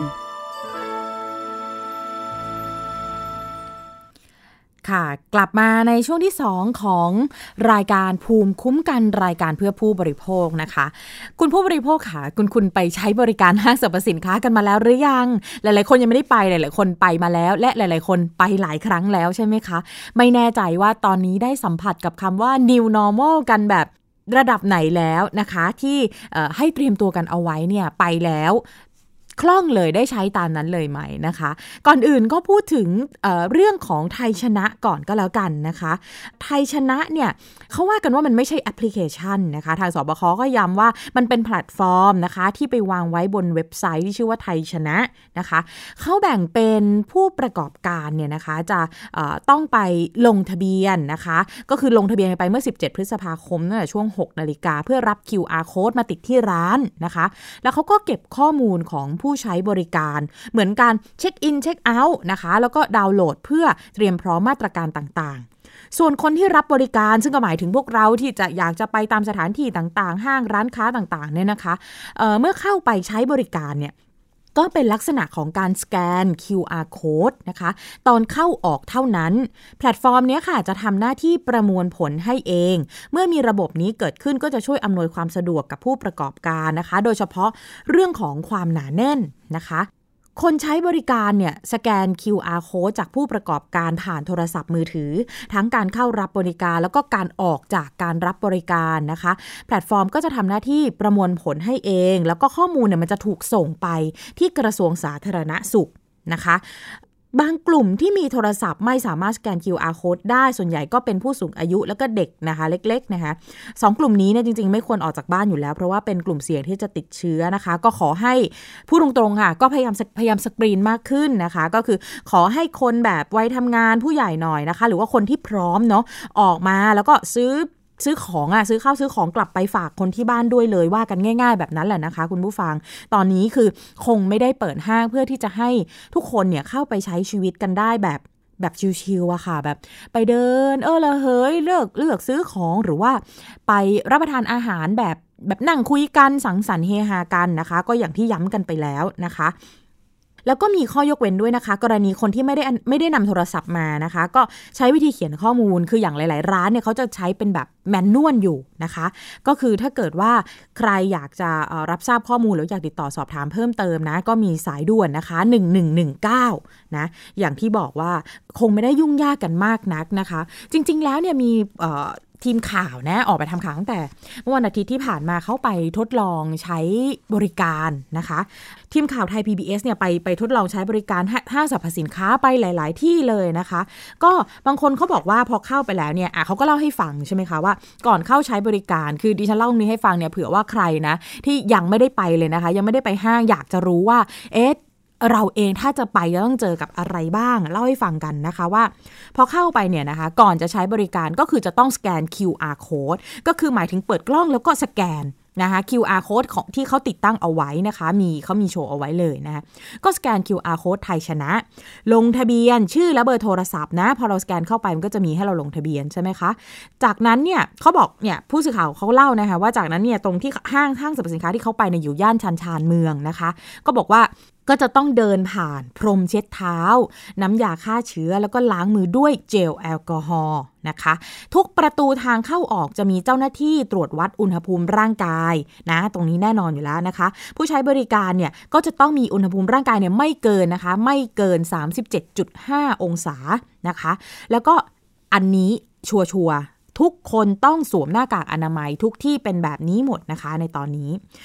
ค่ะกลับมาในช่วงที่สองของรายการภูมิคุ้มกันรายการเพื่อผู้บริโภคนะคะคุณผู้บริโภคค่ะคุณคุณไปใช้บริการห้างสรรพสินค้ากันมาแล้วหรือยังหลายๆคนยังไม่ได้ไปหลายๆคนไปมาแล้วและหลายๆคนไปหลายครั้งแล้วใช่ไหมคะไม่แน่ใจว่าตอนนี้ได้สัมผัสกับคำว่า new normal กันแบบระดับไหนแล้วนะคะที่ให้เตรียมตัวกันเอาไว้เนี่ยไปแล้วคล่องเลยได้ใช้ตามนั้นเลยไหมนะคะก่อนอื่นก็พูดถึง เอ่อ เรื่องของไทยชนะก่อนก็แล้วกันนะคะไทยชนะเนี่ยเขาว่ากันว่ามันไม่ใช่แอปพลิเคชันนะคะทางสบคก็ย้ำว่ามันเป็นแพลตฟอร์มนะคะที่ไปวางไว้บนเว็บไซต์ที่ชื่อว่าไทยชนะนะคะเขาแบ่งเป็นผู้ประกอบการเนี่ยนะคะจะเอ่อต้องไปลงทะเบียนนะคะก็คือลงทะเบียนไปเมื่อสิบเจ็ดพฤษภาคมตั้งแต่ช่วงหกนาฬิกาเพื่อรับ คิว อาร์ Code มาติดที่ร้านนะคะแล้วเขาก็เก็บข้อมูลของผู้ใช้บริการเหมือนการเช็คอินเช็คเอาท์นะคะแล้วก็ดาวน์โหลดเพื่อเตรียมพร้อมมาตรการต่างๆส่วนคนที่รับบริการซึ่งก็หมายถึงพวกเราที่จะอยากจะไปตามสถานที่ต่างๆห้างร้านค้าต่างๆเนี่ยนะคะ เอ่อ เมื่อเข้าไปใช้บริการเนี่ยก็เป็นลักษณะของการสแกน คิว อาร์ Code นะคะตอนเข้าออกเท่านั้นแพลตฟอร์มนี้ค่ะจะทำหน้าที่ประมวลผลให้เองเมื่อมีระบบนี้เกิดขึ้นก็จะช่วยอำนวยความสะดวกกับผู้ประกอบการนะคะโดยเฉพาะเรื่องของความหนาแน่นนะคะคนใช้บริการเนี่ยสแกน คิว อาร์ Code จากผู้ประกอบการผ่านโทรศัพท์มือถือทั้งการเข้ารับบริการแล้วก็การออกจากการรับบริการนะคะแพลตฟอร์มก็จะทำหน้าที่ประมวลผลให้เองแล้วก็ข้อมูลเนี่ยมันจะถูกส่งไปที่กระทรวงสาธารณสุขนะคะบางกลุ่มที่มีโทรศัพท์ไม่สามารถสแกน คิว อาร์ Code ได้ส่วนใหญ่ก็เป็นผู้สูงอายุแล้วก็เด็กนะคะเล็กๆนะคะสองกลุ่มนี้เนี่ยจริงๆไม่ควรออกจากบ้านอยู่แล้วเพราะว่าเป็นกลุ่มเสี่ยงที่จะติดเชื้อนะคะก็ขอให้พูดตรงๆค่ะก็พยายามพยายามสกรีนมากขึ้นนะคะก็คือขอให้คนแบบวัยทำงานผู้ใหญ่หน่อยนะคะหรือว่าคนที่พร้อมเนาะออกมาแล้วก็ซื้อซื้อของอ่ะซื้อข้าวซื้อของกลับไปฝากคนที่บ้านด้วยเลยว่ากันง่ายๆแบบนั้นแหละนะคะคุณผู้ฟังตอนนี้คือคงไม่ได้เปิดห้างเพื่อที่จะให้ทุกคนเนี่ยเข้าไปใช้ชีวิตกันได้แบบแบบชิลๆอะค่ะแบบไปเดินเออละเฮ้ยเลือกเลือกซื้อของหรือว่าไปรับประทานอาหารแบบแบบนั่งคุยกันสังสรรค์เฮฮากันนะคะก็อย่างที่ย้ำกันไปแล้วนะคะแล้วก็มีข้อยกเว้นด้วยนะคะกรณีคนที่ไม่ได้ไม่ได้นำโทรศัพท์มานะคะก็ใช้วิธีเขียนข้อมูลคืออย่างหลายๆร้านเนี่ยเขาจะใช้เป็นแบบแมนนวลอยู่นะคะก็คือถ้าเกิดว่าใครอยากจะรับทราบข้อมูลหรืออยากติดต่อสอบถามเพิ่มเติมนะก็มีสายด่วนนะคะหนึ่งหนึ่งหนึ่งเก้านะอย่างที่บอกว่าคงไม่ได้ยุ่งยากกันมากนักนะคะจริงๆแล้วเนี่ยมีทีมข่าวนะออกไปทำข่าวตั้งแต่เมื่อวันอาทิตย์ที่ผ่านมาเข้าไปทดลองใช้บริการนะคะทีมข่าวไทย พี บี เอส เนี่ยไปไปทดลองใช้บริการห้างสรรพสินค้าไปหลายๆที่เลยนะคะก็บางคนเขาบอกว่าพอเข้าไปแล้วเนี่ยอ่ะเขาก็เล่าให้ฟังใช่ไหมคะว่าก่อนเข้าใช้บริการคือดิฉันเล่าตรงนี้ให้ฟังเนี่ยเผื่อว่าใครนะที่ยังไม่ได้ไปเลยนะคะยังไม่ได้ไปห้างอยากจะรู้ว่าเอ๊ะเราเองถ้าจะไปจะต้องเจอกับอะไรบ้างเล่าให้ฟังกันนะคะว่าพอเข้าไปเนี่ยนะคะก่อนจะใช้บริการก็คือจะต้องสแกน คิว อาร์ Code ก็คือหมายถึงเปิดกล้องแล้วก็สแกนนะคะ คิว อาร์ Code ของที่เขาติดตั้งเอาไว้นะคะมีเขามีโชว์เอาไว้เลยนะคะก็สแกน คิว อาร์ Code ไทยชนะลงทะเบียนชื่อและเบอร์โทรศัพท์นะพอเราสแกนเข้าไปมันก็จะมีให้เราลงทะเบียนใช่ไหมคะจากนั้นเนี่ยเขาบอกเนี่ยผู้สื่อข่าวเขาเล่านะคะว่าจากนั้นเนี่ยตรงที่ห้างห้างสรรพสินค้าที่เขาไปในอยู่ย่านชันชานเมืองนะคะก็บอกว่าก็จะต้องเดินผ่านพรมเช็ดเท้าน้ำยาฆ่าเชื้อแล้วก็ล้างมือด้วยเจลแอลกอฮอล์นะคะทุกประตูทางเข้าออกจะมีเจ้าหน้าที่ตรวจวัดอุณหภูมิร่างกายนะตรงนี้แน่นอนอยู่แล้วนะคะผู้ใช้บริการเนี่ยก็จะต้องมีอุณหภูมิร่างกายเนี่ยไม่เกินนะคะไม่เกิน สามสิบเจ็ดจุดห้า องศานะคะแล้วก็อันนี้ชัวร์ๆทุกคนต้องสวมหน้ากากอนามัยทุกที่เป็นแบบนี้หมดนะคะในตอนนี้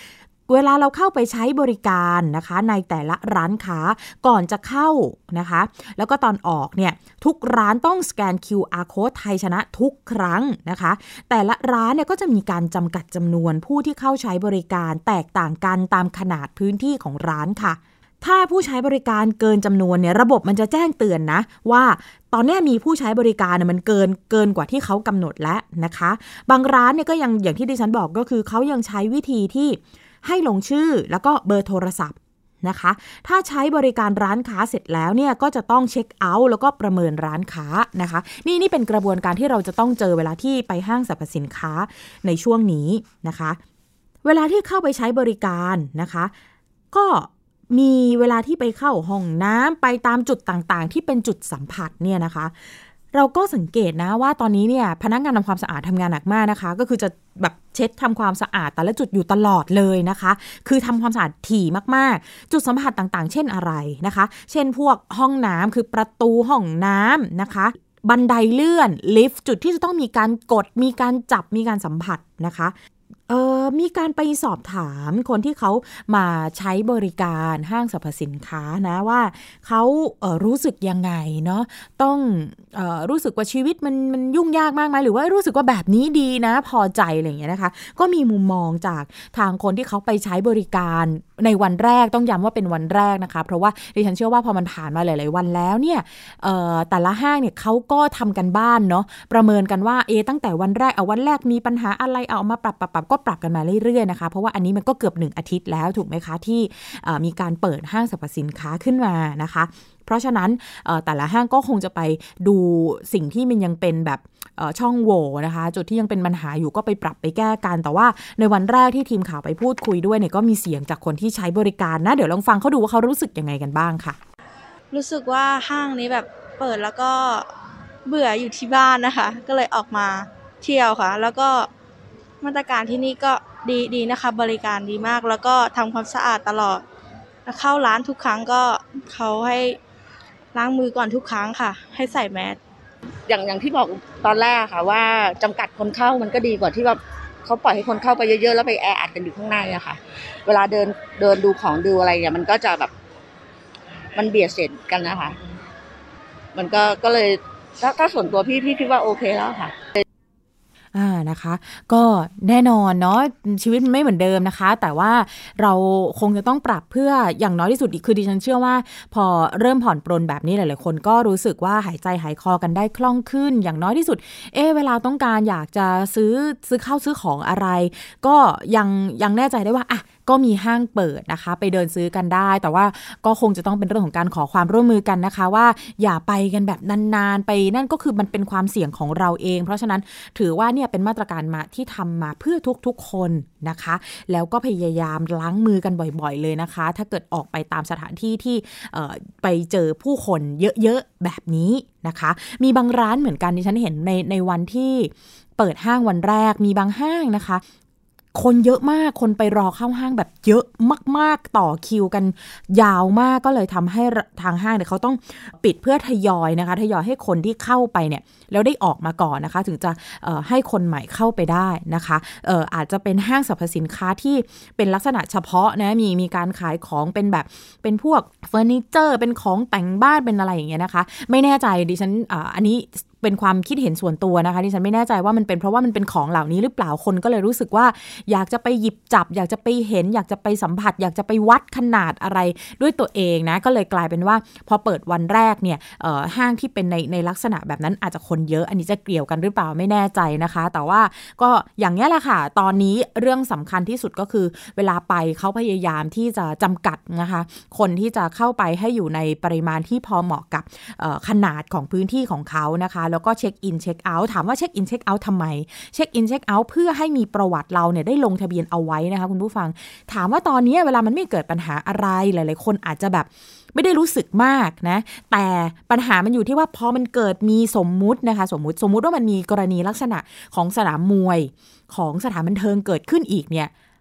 เวลาเราเข้าไปใช้บริการนะคะในแต่ละร้านค้าก่อนจะเข้านะคะแล้วก็ตอนออกเนี่ยทุกร้านต้องสแกน คิว อาร์ Code ไทยชนะทุกครั้งนะคะแต่ละร้านเนี่ยก็จะมีการจำกัดจำนวนผู้ที่เข้าใช้บริการแตกต่างกันตามขนาดพื้นที่ของร้านค่ะถ้าผู้ใช้บริการเกินจำนวนเนี่ยระบบมันจะแจ้งเตือนนะว่าตอนนี้มีผู้ใช้บริการเนี่ยมันเกินเกินกว่าที่เขากำหนดแล้วนะคะบางร้านเนี่ยก็ยังอย่างที่ดิฉันบอกก็คือเขายังใช้วิธีที่ให้ลงชื่อแล้วก็เบอร์โทรศัพท์นะคะถ้าใช้บริการร้านค้าเสร็จแล้วเนี่ยก็จะต้องเช็คเอาท์แล้วก็ประเมินร้านค้านะคะนี่นี่เป็นกระบวนการที่เราจะต้องเจอเวลาที่ไปห้างสรรพสินค้าในช่วงนี้นะคะเวลาที่เข้าไปใช้บริการนะคะก็มีเวลาที่ไปเข้าห้องน้ำไปตามจุดต่างๆที่เป็นจุดสัมผัสเนี่ยนะคะเราก็สังเกตนะว่าตอนนี้เนี่ยพนักงานทำความสะอาดทำงานหนักมากนะคะก็คือจะแบบเช็ดทำความสะอาดแต่ละจุดอยู่ตลอดเลยนะคะคือทำความสะอาดถี่มากๆจุดสัมผัสต่างๆเช่นอะไรนะคะเช่นพวกห้องน้ำคือประตูห้องน้ำนะคะบันไดเลื่อนลิฟต์จุดที่จะต้องมีการกดมีการจับมีการสัมผัสนะคะเออมีการไปสอบถามคนที่เขามาใช้บริการห้างสรรพสินค้านะว่าเขาเอ่อรู้สึกยังไงเนาะต้องเอ่อรู้สึกว่าชีวิตมันมันยุ่งยากมากไหมหรือว่ารู้สึกว่าแบบนี้ดีนะพอใจอะไรอย่างเงี้ยนะคะก็มีมุมมองจากทางคนที่เขาไปใช้บริการในวันแรกต้องย้ำว่าเป็นวันแรกนะคะเพราะว่าดิฉันเชื่อว่าพอมันผ่านมาหลายๆวันแล้วเนี่ยเอ่อแต่ละห้างเนี่ยเขาก็ทำกันบ้านเนาะประเมินกันว่าเอตั้งแต่วันแรกเอาวันแรกมีปัญหาอะไรเอามาปรับปรับปรับก็ปรับกันมาเรื่อยๆนะคะเพราะว่าอันนี้มันก็เกือบหนึ่งอาทิตย์แล้วถูกไหมคะที่มีการเปิดห้างสรรพสินค้าขึ้นมานะคะเพราะฉะนั้นแต่ละห้างก็คงจะไปดูสิ่งที่มันยังเป็นแบบช่องโหว่นะคะจุดที่ยังเป็นปัญหาอยู่ก็ไปปรับไปแก้กันแต่ว่าในวันแรกที่ทีมข่าวไปพูดคุยด้วยเนี่ยก็มีเสียงจากคนที่ใช้บริการนะเดี๋ยวลองฟังเขาดูว่าเขารู้สึกยังไงกันบ้างค่ะรู้สึกว่าห้างนี้แบบเปิดแล้วก็เบื่ออยู่ที่บ้านนะคะก็เลยออกมาเที่ยวค่ะแล้วก็มาตรการที่นี่ก็ดีดีนะคะบริการดีมากแล้วก็ทำความสะอาดตลอดเข้าร้านทุกครั้งก็เขาให้ล้างมือก่อนทุกครั้งค่ะให้ใส่แมสอย่างอย่างที่บอกตอนแรกค่ะว่าจำกัดคนเข้ามันก็ดีกว่าที่ว่าเขาปล่อยให้คนเข้าไปเยอะๆแล้วไปแออัดกันอยู่ข้างในอะค่ะเวลาเดินเดินดูของดูอะไรเนี่ยมันก็จะแบบมันเบียดเสียดกันนะคะมันก็ก็เลยถ้าถ้าส่วนตัวพี่พี่คิดว่าโอเคแล้วค่ะอ่านะคะก็แน่นอนเนาะชีวิตมันไม่เหมือนเดิมนะคะแต่ว่าเราคงจะต้องปรับเพื่ออย่างน้อยที่สุดคือดิฉันเชื่อว่าพอเริ่มผ่อนปรนแบบนี้หลายๆคนก็รู้สึกว่าหายใจหายคอกันได้คล่องขึ้นอย่างน้อยที่สุดเอ๊ะเวลาต้องการอยากจะซื้อซื้อข้าวซื้อของอะไรก็ยังยังแน่ใจได้ว่าอ่ะก็มีห้างเปิดนะคะไปเดินซื้อกันได้แต่ว่าก็คงจะต้องเป็นเรื่องของการขอความร่วมมือกันนะคะว่าอย่าไปกันแบบนานๆไปนั่นก็คือมันเป็นความเสี่ยงของเราเองเพราะฉะนั้นถือว่าเนี่ยเป็นมาตรการมาที่ทำมาเพื่อทุกๆคนนะคะแล้วก็พยายามล้างมือกันบ่อยๆเลยนะคะถ้าเกิดออกไปตามสถานที่ที่เอ่อไปเจอผู้คนเยอะๆแบบนี้นะคะมีบางร้านเหมือนกันที่ฉันเห็นในในวันที่เปิดห้างวันแรกมีบางห้างนะคะคนเยอะมากคนไปรอเข้าห้างแบบเยอะมากๆต่อคิวกันยาวมากก็เลยทำให้ทางห้างเนี่ยเขาต้องปิดเพื่อทยอยนะคะทยอยให้คนที่เข้าไปเนี่ยแล้วได้ออกมาก่อนนะคะถึงจะเอ่อให้คนใหม่เข้าไปได้นะคะเอ่ออาจจะเป็นห้างสรรพสินค้าที่เป็นลักษณะเฉพาะนะมีมีการขายของเป็นแบบเป็นพวกเฟอร์นิเจอร์เป็นของแต่งบ้านเป็นอะไรอย่างเงี้ยนะคะไม่แน่ใจดิฉันอ่าอันนี้เป็นความคิดเห็นส่วนตัวนะคะดิฉันไม่แน่ใจว่ามันเป็นเพราะว่ามันเป็นของเหล่านี้หรือเปล่าคนก็เลยรู้สึกว่าอยากจะไปหยิบจับอยากจะไปเห็นอยากจะไปสัมผัสอยากจะไปวัดขนาดอะไรด้วยตัวเองนะก็เลยกลายเป็นว่าพอเปิดวันแรกเนี่ยห้างที่เป็นในในลักษณะแบบนั้นอาจจะคนเยอะอันนี้จะเกี่ยวกันหรือเปล่าไม่แน่ใจนะคะแต่ว่าก็อย่างนี้แหละค่ะตอนนี้เรื่องสำคัญที่สุดก็คือเวลาไปเขาพยายามที่จะจำกัดนะคะคนที่จะเข้าไปให้อยู่ในปริมาณที่พอเหมาะกับขนาดของพื้นที่ของเขานะคะแล้วก็เช็คอินเช็คเอาท์ถามว่าเช็คอินเช็คเอาท์ทำไมเช็คอินเช็คเอาท์เพื่อให้มีประวัติเราเนี่ยได้ลงทะเบียนเอาไว้นะคะคุณผู้ฟังถามว่าตอนนี้เวลามันไม่เกิดปัญหาอะไรหลายๆคนอาจจะแบบไม่ได้รู้สึกมากนะแต่ปัญหามันอยู่ที่ว่าพอมันเกิดมีสมมุตินะคะสมมุติสมมุติว่ามันมีกรณีลักษณะของสนามมวยของสถานบันเทิงเกิดขึ้นอีกเนี่ย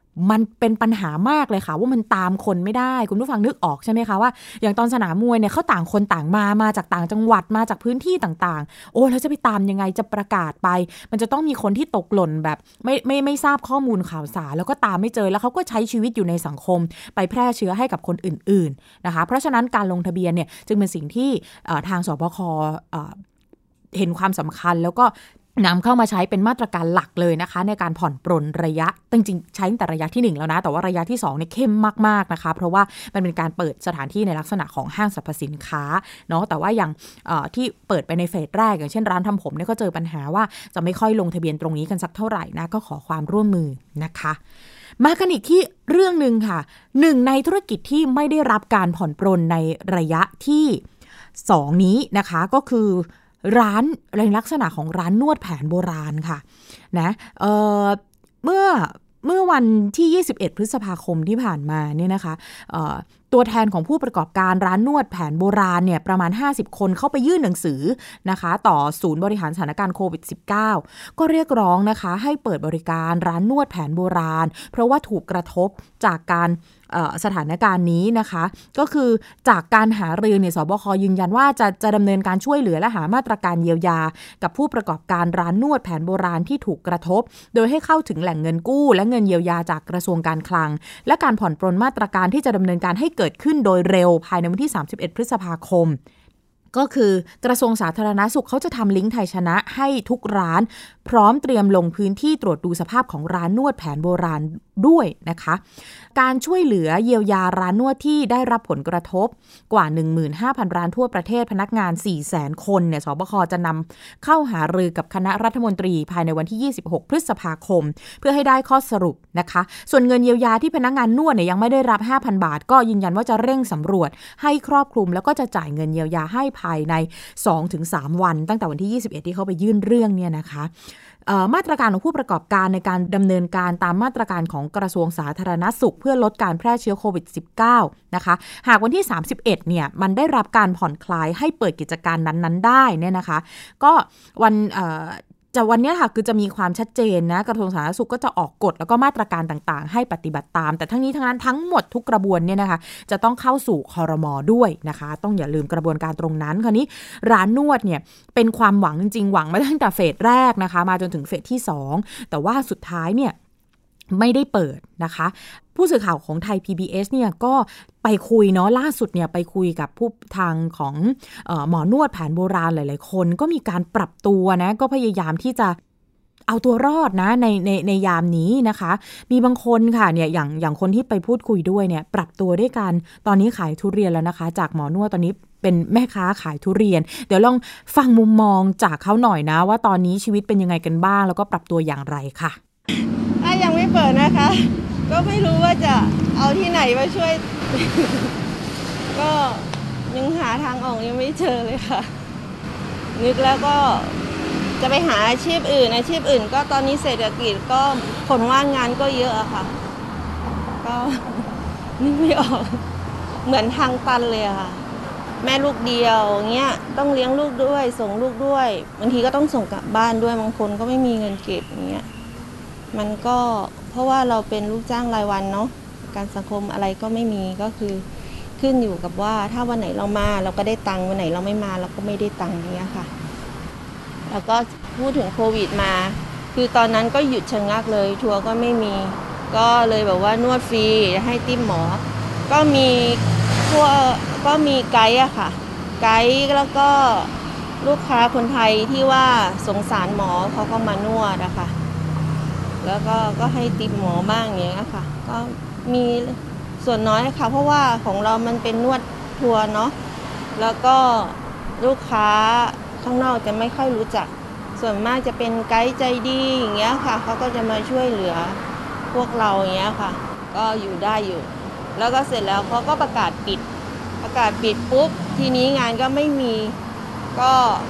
มันเป็นปัญหามากเลยค่ะว่ามันตามคนไม่ได้คุณผู้ฟังนึกออกใช่ไหมคะว่าอย่างตอนสนามมวยเนี่ยเขาต่างคนต่างมามาจากต่างจังหวัดมาจากพื้นที่ต่างๆโอ้แล้วจะไปตามยังไงจะประกาศไปมันจะต้องมีคนที่ตกหล่นแบบไม่ไม่ไม่ทราบข้อมูลข่าวสารแล้วก็ตามไม่เจอแล้วเขาก็ใช้ชีวิตอยู่ในสังคมไปแพร่เชื้อให้กับคนอื่นๆนะคะเพราะฉะนั้นการลงทะเบียนเนี่ยจึงเป็นสิ่งที่ทางสบคเห็นความสำคัญแล้วก็นำเข้ามาใช้เป็นมาตรการหลักเลยนะคะในการผ่อนปรนระยะจริงๆใช้ตั้งแต่ระยะที่หนึ่งแล้วนะแต่ว่าระยะที่สองเนี่ยเข้มมากๆนะคะเพราะว่ามันเป็นการเปิดสถานที่ในลักษณะของห้างสรรพสินค้าเนาะแต่ว่าอย่างที่เปิดไปในเฟสแรกอย่างเช่นร้านทำผมเนี่ยก็เจอปัญหาว่าจะไม่ค่อยลงทะเบียนตรงนี้กันสักเท่าไหร่นะก็ขอความร่วมมือนะคะมากันอีกที่เรื่องนึงค่ะหนึ่งในธุรกิจที่ไม่ได้รับการผ่อนปรนในระยะที่สองนี้นะคะก็คือร้านในลักษณะของร้านนวดแผนโบราณค่ะนะเอ่อเมื่อเมื่อวันที่ยี่สิบเอ็ดพฤษภาคมที่ผ่านมาเนี่ยนะคะเอ่อตัวแทนของผู้ประกอบการร้านนวดแผนโบราณเนี่ยประมาณห้าสิบคนเข้าไปยื่นหนังสือนะคะต่อศูนย์บริหารสถานการณ์โควิด สิบเก้า ก็เรียกร้องนะคะให้เปิดบริการร้านนวดแผนโบราณเพราะว่าถูกกระทบจากการสถานการณ์นี้นะคะก็คือจากการหารือเนี่ยสบคยืนยันว่าจะจะดำเนินการช่วยเหลือและหามาตรการเยียวยากับผู้ประกอบการร้านนวดแผนโบราณที่ถูกกระทบโดยให้เข้าถึงแหล่งเงินกู้และเงินเยียวยาจากกระทรวงการคลังและการผ่อนปรนมาตรการที่จะดำเนินการให้เกิดขึ้นโดยเร็วภายในวันที่สามสิบเอ็ดพฤษภาคมก็คือกระทรวงสาธารณสุขเขาจะทำลิงก์ไทยชนะให้ทุกร้านพร้อมเตรียมลงพื้นที่ตรวจดูสภาพของร้านนวดแผนโบราณด้วยนะคะการช่วยเหลือเยียวยาร้านนวดที่ได้รับผลกระทบกว่า หนึ่งหมื่นห้าพัน ร้านทั่วประเทศพนักงาน สี่แสน คนเนี่ยสบคจะนำเข้าหารือกับคณะรัฐมนตรีภายในวันที่ยี่สิบหกพฤษภาคมเพื่อให้ได้ข้อสรุปนะคะส่วนเงินเยียวยาที่พนักงานนวดเนี่ยยังไม่ได้รับ ห้าพัน บาทก็ยืนยันว่าจะเร่งสำรวจให้ครอบคลุมแล้วก็จะจ่ายเงินเยียวยาให้ภายใน สองถึงสาม วันตั้งแต่วันที่ยี่สิบเอ็ดที่เขาไปยื่นเรื่องเนี่ยนะคะมาตรการของผู้ประกอบการในการดำเนินการตามมาตรการของกระทรวงสาธารณสุขเพื่อลดการแพร่เชื้อโควิด สิบเก้า นะคะหากวันที่สามสิบเอ็ดเนี่ยมันได้รับการผ่อนคลายให้เปิดกิจการนั้นๆได้เนี่ยนะคะก็วันจะวันนี้ค่ะคือจะมีความชัดเจนนะกระทรวงสาธารณสุขก็จะออกกฎแล้วก็มาตรการต่างๆให้ปฏิบัติตามแต่ทั้งนี้ทั้งนั้นทั้งหมดทุกกระบวนเนี่ยนะคะจะต้องเข้าสู่ครม.ด้วยนะคะต้องอย่าลืมกระบวนการตรงนั้นคราวนี้ร้านนวดเนี่ยเป็นความหวังจริงๆหวังมาตั้งแต่เฟสแรกนะคะมาจนถึงเฟสที่สองแต่ว่าสุดท้ายเนี่ยไม่ได้เปิดนะคะผู้สื่อข่าวของไทย พี บี เอส เนี่ยก็ไปคุยเนาะล่าสุดเนี่ยไปคุยกับผู้ทางของเอ่อหมอนวดแผนโบราณหลายๆคนก็มีการปรับตัวนะก็พยายามที่จะเอาตัวรอดนะในในในยามนี้นะคะมีบางคนค่ะเนี่ยอย่างอย่างคนที่ไปพูดคุยด้วยเนี่ยปรับตัวด้วยกันตอนนี้ขายทุเรียนแล้วนะคะจากหมอนวดตอนนี้เป็นแม่ค้าขายทุเรียนเดี๋ยวลองฟังมุมมองจากเขาหน่อยนะว่าตอนนี้ชีวิตเป็นยังไงกันบ้างแล้วก็ปรับตัวอย่างไรค่ะถ้ายังไม่เปิดนะคะก็ไม่รู้ว่าจะเอาที่ไหนมาช่วย ก็ยังหาทางออกยังไม่เจอเลยค่ะนึกแล้วก็จะไปหาอาชีพอื่นอาชีพอื่นก็ตอนนี้เศรษฐกิจก็คนว่างงานก็เยอะอะค่ะก็นึกไม่ออกเหมือนทางตันเลยค่ะแม่ลูกเดียวเงี้ยต้องเลี้ยงลูกด้วยส่งลูกด้วยบางทีก็ต้องส่งกลับบ้านด้วยบางคนก็ไม่มีเงินเก็บอย่างเงี้ยมันก็เพราะว่าเราเป็นลูกจ้างรายวันเนาะการสังคมอะไรก็ไม่มีก็คือขึ้นอยู่กับว่าถ้าวันไหนเรามาเราก็ได้ตังค์วันไหนเราไม่มาเราก็ไม่ได้ตังค์อย่างเงี้ยค่ะแล้วก็พูดถึงโควิดมาคือตอนนั้นก็หยุดชะงักเลยทัวร์ก็ไม่มีก็เลยแบบว่านวดฟรีให้ติ๊บหมอก็มีทัวร์ก็มีไกด์อะค่ะไกด์แล้วก็ลูกค้าคนไทยที่ว่าสงสารหมอเขาก็มานวดอะค่ะแล้วก็ก็ให้ติ๊บหมอบ้างอย่างเงี้ยค่ะก็มีส่วนน้อยค่ะเพราะว่าของเรามันเป็นนวดทัวร์เนาะแล้วก็ลูกค้าข้างนอกจะไม่ค่อยรู้จักส่วนมากจะเป็นไกด์ใจดีอย่างเงี้ยค่ะเขาก็จะมาช่วยเหลือพวกเราอย่างเงี้ยค่ะก็อยู่ได้อยู่แล้วก็เสร็จแล้วเขาก็ประกาศปิดประกาศปิดปุ๊บทีนี้งานก็ไม่มีก็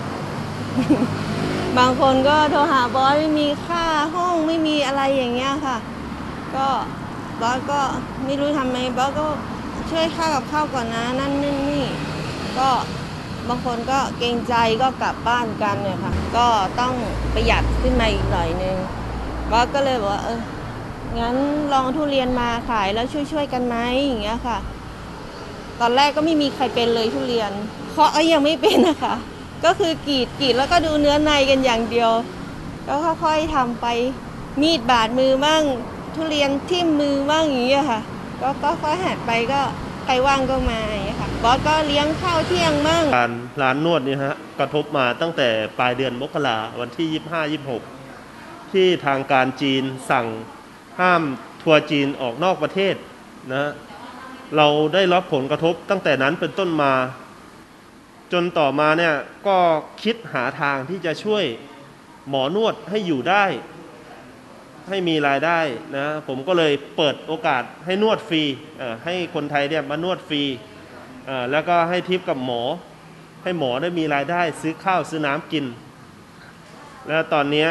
บางคนก็โทรหาบอสไม่มีค่าห้องไม่มีอะไรอย่างเงี้ยค่ะก็บอสก็ไม่รู้ทำไมบอสก็ช่วยค่ากับข้าวก่อนนะนั่นนี่นี่ก็บางคนก็เกรงใจก็กลับบ้านกันเนี่ยค่ะก็ต้องประหยัดขึ้นมาอีกหน่อยนึงบอสก็เลยบอกว่าเอองั้นลองทุเรียนมาขายแล้วช่วยๆกันไหมอย่างเงี้ยค่ะตอนแรกก็ไม่มีใครเป็นเลยทุเรียนเคาะก็ยังไม่เป็นนะคะก็คือกรีดกรีดแล้วก็ดูเนื้อในกันอย่างเดียวก็ค่อยๆทำไปมีดบาดมือบ้างทุเรียนทิ่มมือบ้างอย่างเงี้ยค่ะก็ก็ค่อยหัดไปก็ใครว่างก็มาอย่างเงี้ยค่ะบอสก็เลี้ยงข้าวเที่ยงบ้างร้านร้านนวดนี่ฮะกระทบมาตั้งแต่ปลายเดือนมกราวันที่ยี่สิบห้า ยี่สิบหกที่ทางการจีนสั่งห้ามทัวร์จีนออกนอกประเทศนะเราได้รับผลกระทบตั้งแต่นั้นเป็นต้นมาจนต่อมาเนี่ยก็คิดหาทางที่จะช่วยหมอนวดให้อยู่ได้ให้มีรายได้นะผมก็เลยเปิดโอกาสให้นวดฟรีให้คนไทยเนี่ยมานวดฟรีแล้วก็ให้ทิปกับหมอให้หมอได้มีรายได้ซื้อข้าวซื้อน้ำกินแล้วตอนนี้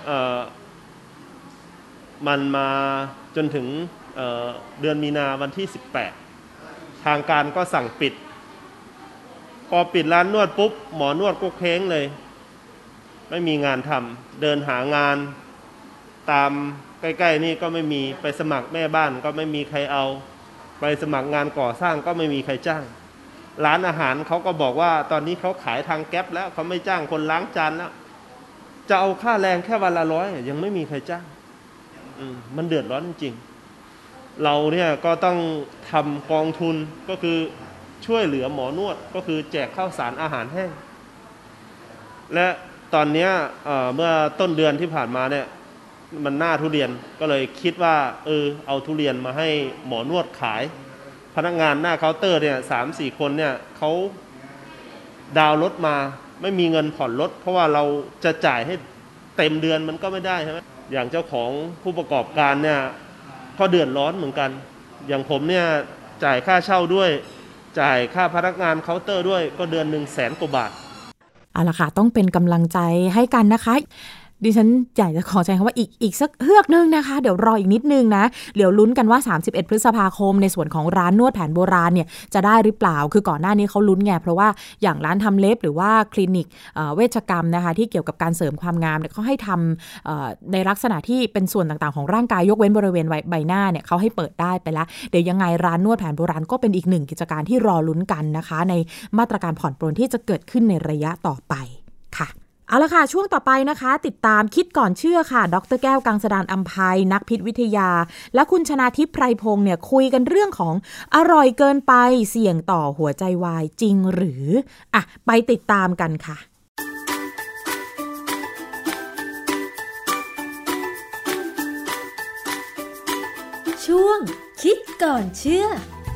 มันมาจนถึงเ, เดือนมีนาวันที่สิบแปดทางการก็สั่งปิดพอปิดร้านนวดปุ๊บหมอนวดก็เค้งเลยไม่มีงานทำเดินหางานตามใกล้ๆนี่ก็ไม่มีไปสมัครแม่บ้านก็ไม่มีใครเอาไปสมัครงานก่อสร้างก็ไม่มีใครจ้างร้านอาหารเขาก็บอกว่าตอนนี้เขาขายทางแก๊ปแล้วเขาไม่จ้างคนล้างจานแล้วจะเอาค่าแรงแค่วันละร้อยยังไม่มีใครจ้างมันเดือดร้อนจริงๆเราเนี่ยก็ต้องทำกองทุนก็คือช่วยเหลือหมอนวดก็คือแจกข้าวสารอาหารแห้งและตอนนี้เอ่อเมื่อต้นเดือนที่ผ่านมาเนี่ยมันหน้าทุเรียนก็เลยคิดว่าเออเอาทุเรียนมาให้หมอนวดขายพนักงานหน้าเคาน์เตอร์เนี่ย สามสี่ คนเนี่ยเขาดาวน์รถมาไม่มีเงินผ่อนรถเพราะว่าเราจะจ่ายให้เต็มเดือนมันก็ไม่ได้ใช่ไหมอย่างเจ้าของผู้ประกอบการเนี่ยก็เดือดร้อนเหมือนกันอย่างผมเนี่ยจ่ายค่าเช่าด้วยจ่ายค่าพนักงานเคาน์เตอร์ด้วยก็เดือนหนึ่งแสนกว่าบาทเอาล่ะค่ะต้องเป็นกำลังใจให้กันนะคะดิฉันอยากจะขอใจคำว่าอีกอีกสักเฮือกนึงนะคะเดี๋ยวรออีกนิดนึงนะเดี๋ยวลุ้นกันว่าสามสิบเอ็ดพฤษภาคมในส่วนของร้านนวดแผนโบราณเนี่ยจะได้หรือเปล่าคือก่อนหน้านี้เขาลุ้นไงเพราะว่าอย่างร้านทำเล็บหรือว่าคลินิกเวชกรรมนะคะที่เกี่ยวกับการเสริมความงามเนี่ยเขาให้ทำในลักษณะที่เป็นส่วนต่างๆของร่างกายยกเว้นบริเวณใบหน้าเนี่ยเขาให้เปิดได้ไปแล้วเดี๋ยวยังไงร้านนวดแผนโบราณก็เป็นอีกหนึ่งกิจการที่รอลุ้นกันนะคะในมาตรการผ่อนปรนที่จะเกิดขึ้นในระยะต่อไปค่ะเอาละค่ะช่วงต่อไปนะคะติดตามคิดก่อนเชื่อค่ะดร.แก้วกังสดาลอำไพนักพิษวิทยาและคุณชนาทิพย์ไพรพงษ์เนี่ยคุยกันเรื่องของอร่อยเกินไปเสี่ยงต่อหัวใจวายจริงหรืออ่ะไปติดตามกันค่ะช่วงคิดก่อนเชื่อ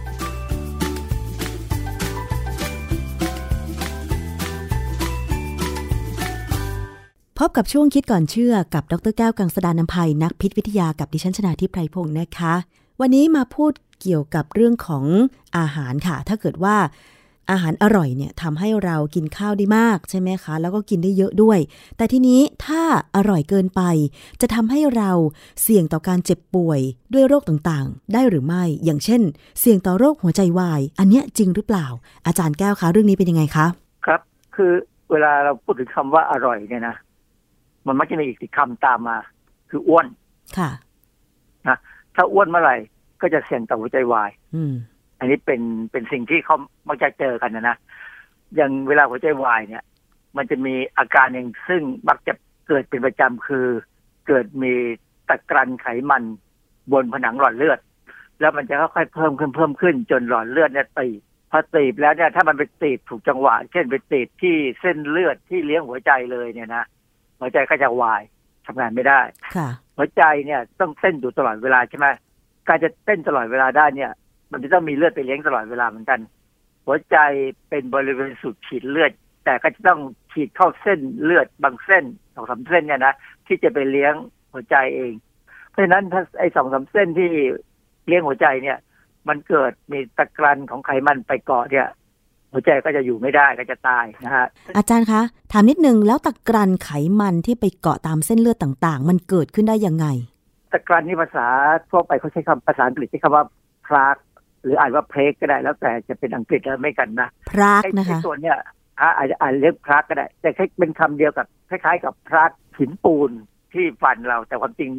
พบกับช่วงคิดก่อนเชื่อกับดร.แก้วกังสดาลอำไพนักพิษวิทยากับดิฉันชนาทิพย์ไพรพงษ์นะคะวันนี้มาพูดเกี่ยวกับเรื่องของอาหารค่ะถ้าเกิดว่าอาหารอร่อยเนี่ยทำให้เรากินข้าวได้มากใช่ไหมคะแล้วก็กินได้เยอะด้วยแต่ทีนี้ถ้าอร่อยเกินไปจะทำให้เราเสี่ยงต่อการเจ็บป่วยด้วยโรคต่างๆได้หรือไม่อย่างเช่นเสี่ยงต่อโรคหัวใจวายอันเนี้ยจริงหรือเปล่าอาจารย์แก้วคะเรื่องนี้เป็นยังไงคะครับคือเวลาเราพูดถึงคำว่าอร่อยเนี่ยนะมันมักจะมีอีกคำตามมาคืออ้วนค่ะนะถ้าอ้วนเมื่อไหร่ก็จะเสี่ยงต่อหัวใจวายอืมอันนี้เป็นเป็นสิ่งที่เขามักจะเจอกันนะนะอย่างเวลาหัวใจวายเนี่ยมันจะมีอาการหนึ่งซึ่งมักจะเกิดเป็นประจำคือเกิดมีตะกรันไขมันบนผนังหลอดเลือดแล้วมันจะค่อยๆเพิ่มขึ้นเพิ่มขึ้นจนหลอดเลือดเนี่ยตีบพอตีบแล้วเนี่ยถ้ามันไปตีบถูกจังหวะเช่นไปตีบที่เส้นเลือดที่เลี้ยงหัวใจเลยเนี่ยนะหัวใจก็จะวายทำงานไม่ได้หัวใจเนี่ยต้องเต้นอยู่ตลอดเวลาใช่ไหมการจะเต้นตลอดเวลาได้เนี่ยมันจะต้องมีเลือดไปเลี้ยงตลอดเวลาเหมือนกันหัวใจเป็นบริเวณสูบฉีดเลือดแต่ก็จะต้องฉีดเข้าเส้นเลือดบางเส้นสองสามเส้นเนี่ยนะที่จะไปเลี้ยงหัวใจเองเพราะฉะนั้นถ้าไอ้สองสามเส้นที่เลี้ยงหัวใจเนี่ยมันเกิดมีตะกรันของไขมันไปเกาะเนี่ยหัวใจก็จะอยู่ไม่ได้ก็จะตายนะฮะอาจารย์คะถามนิดนึงแล้วตะกรันไขมันที่ไปเกาะตามเส้นเลือดต่างๆมันเกิดขึ้นได้ยังไงตะกรันนี่ภาษาทั่วไปเขาใช้คำภาษาอังกฤษใช้คำว่าพลากหรืออ่านว่าเพลกก็ได้แล้วแต่จะเป็นอังกฤษแล้วไม่กันนะพลากนะคะส่วนเนี้ยอาจจะอ่านเรียกพลากก็ได้แต่เป็นคำเดียวกับคล้ายๆกับพลากหินปูนที่ฟันเราแต่ความจริง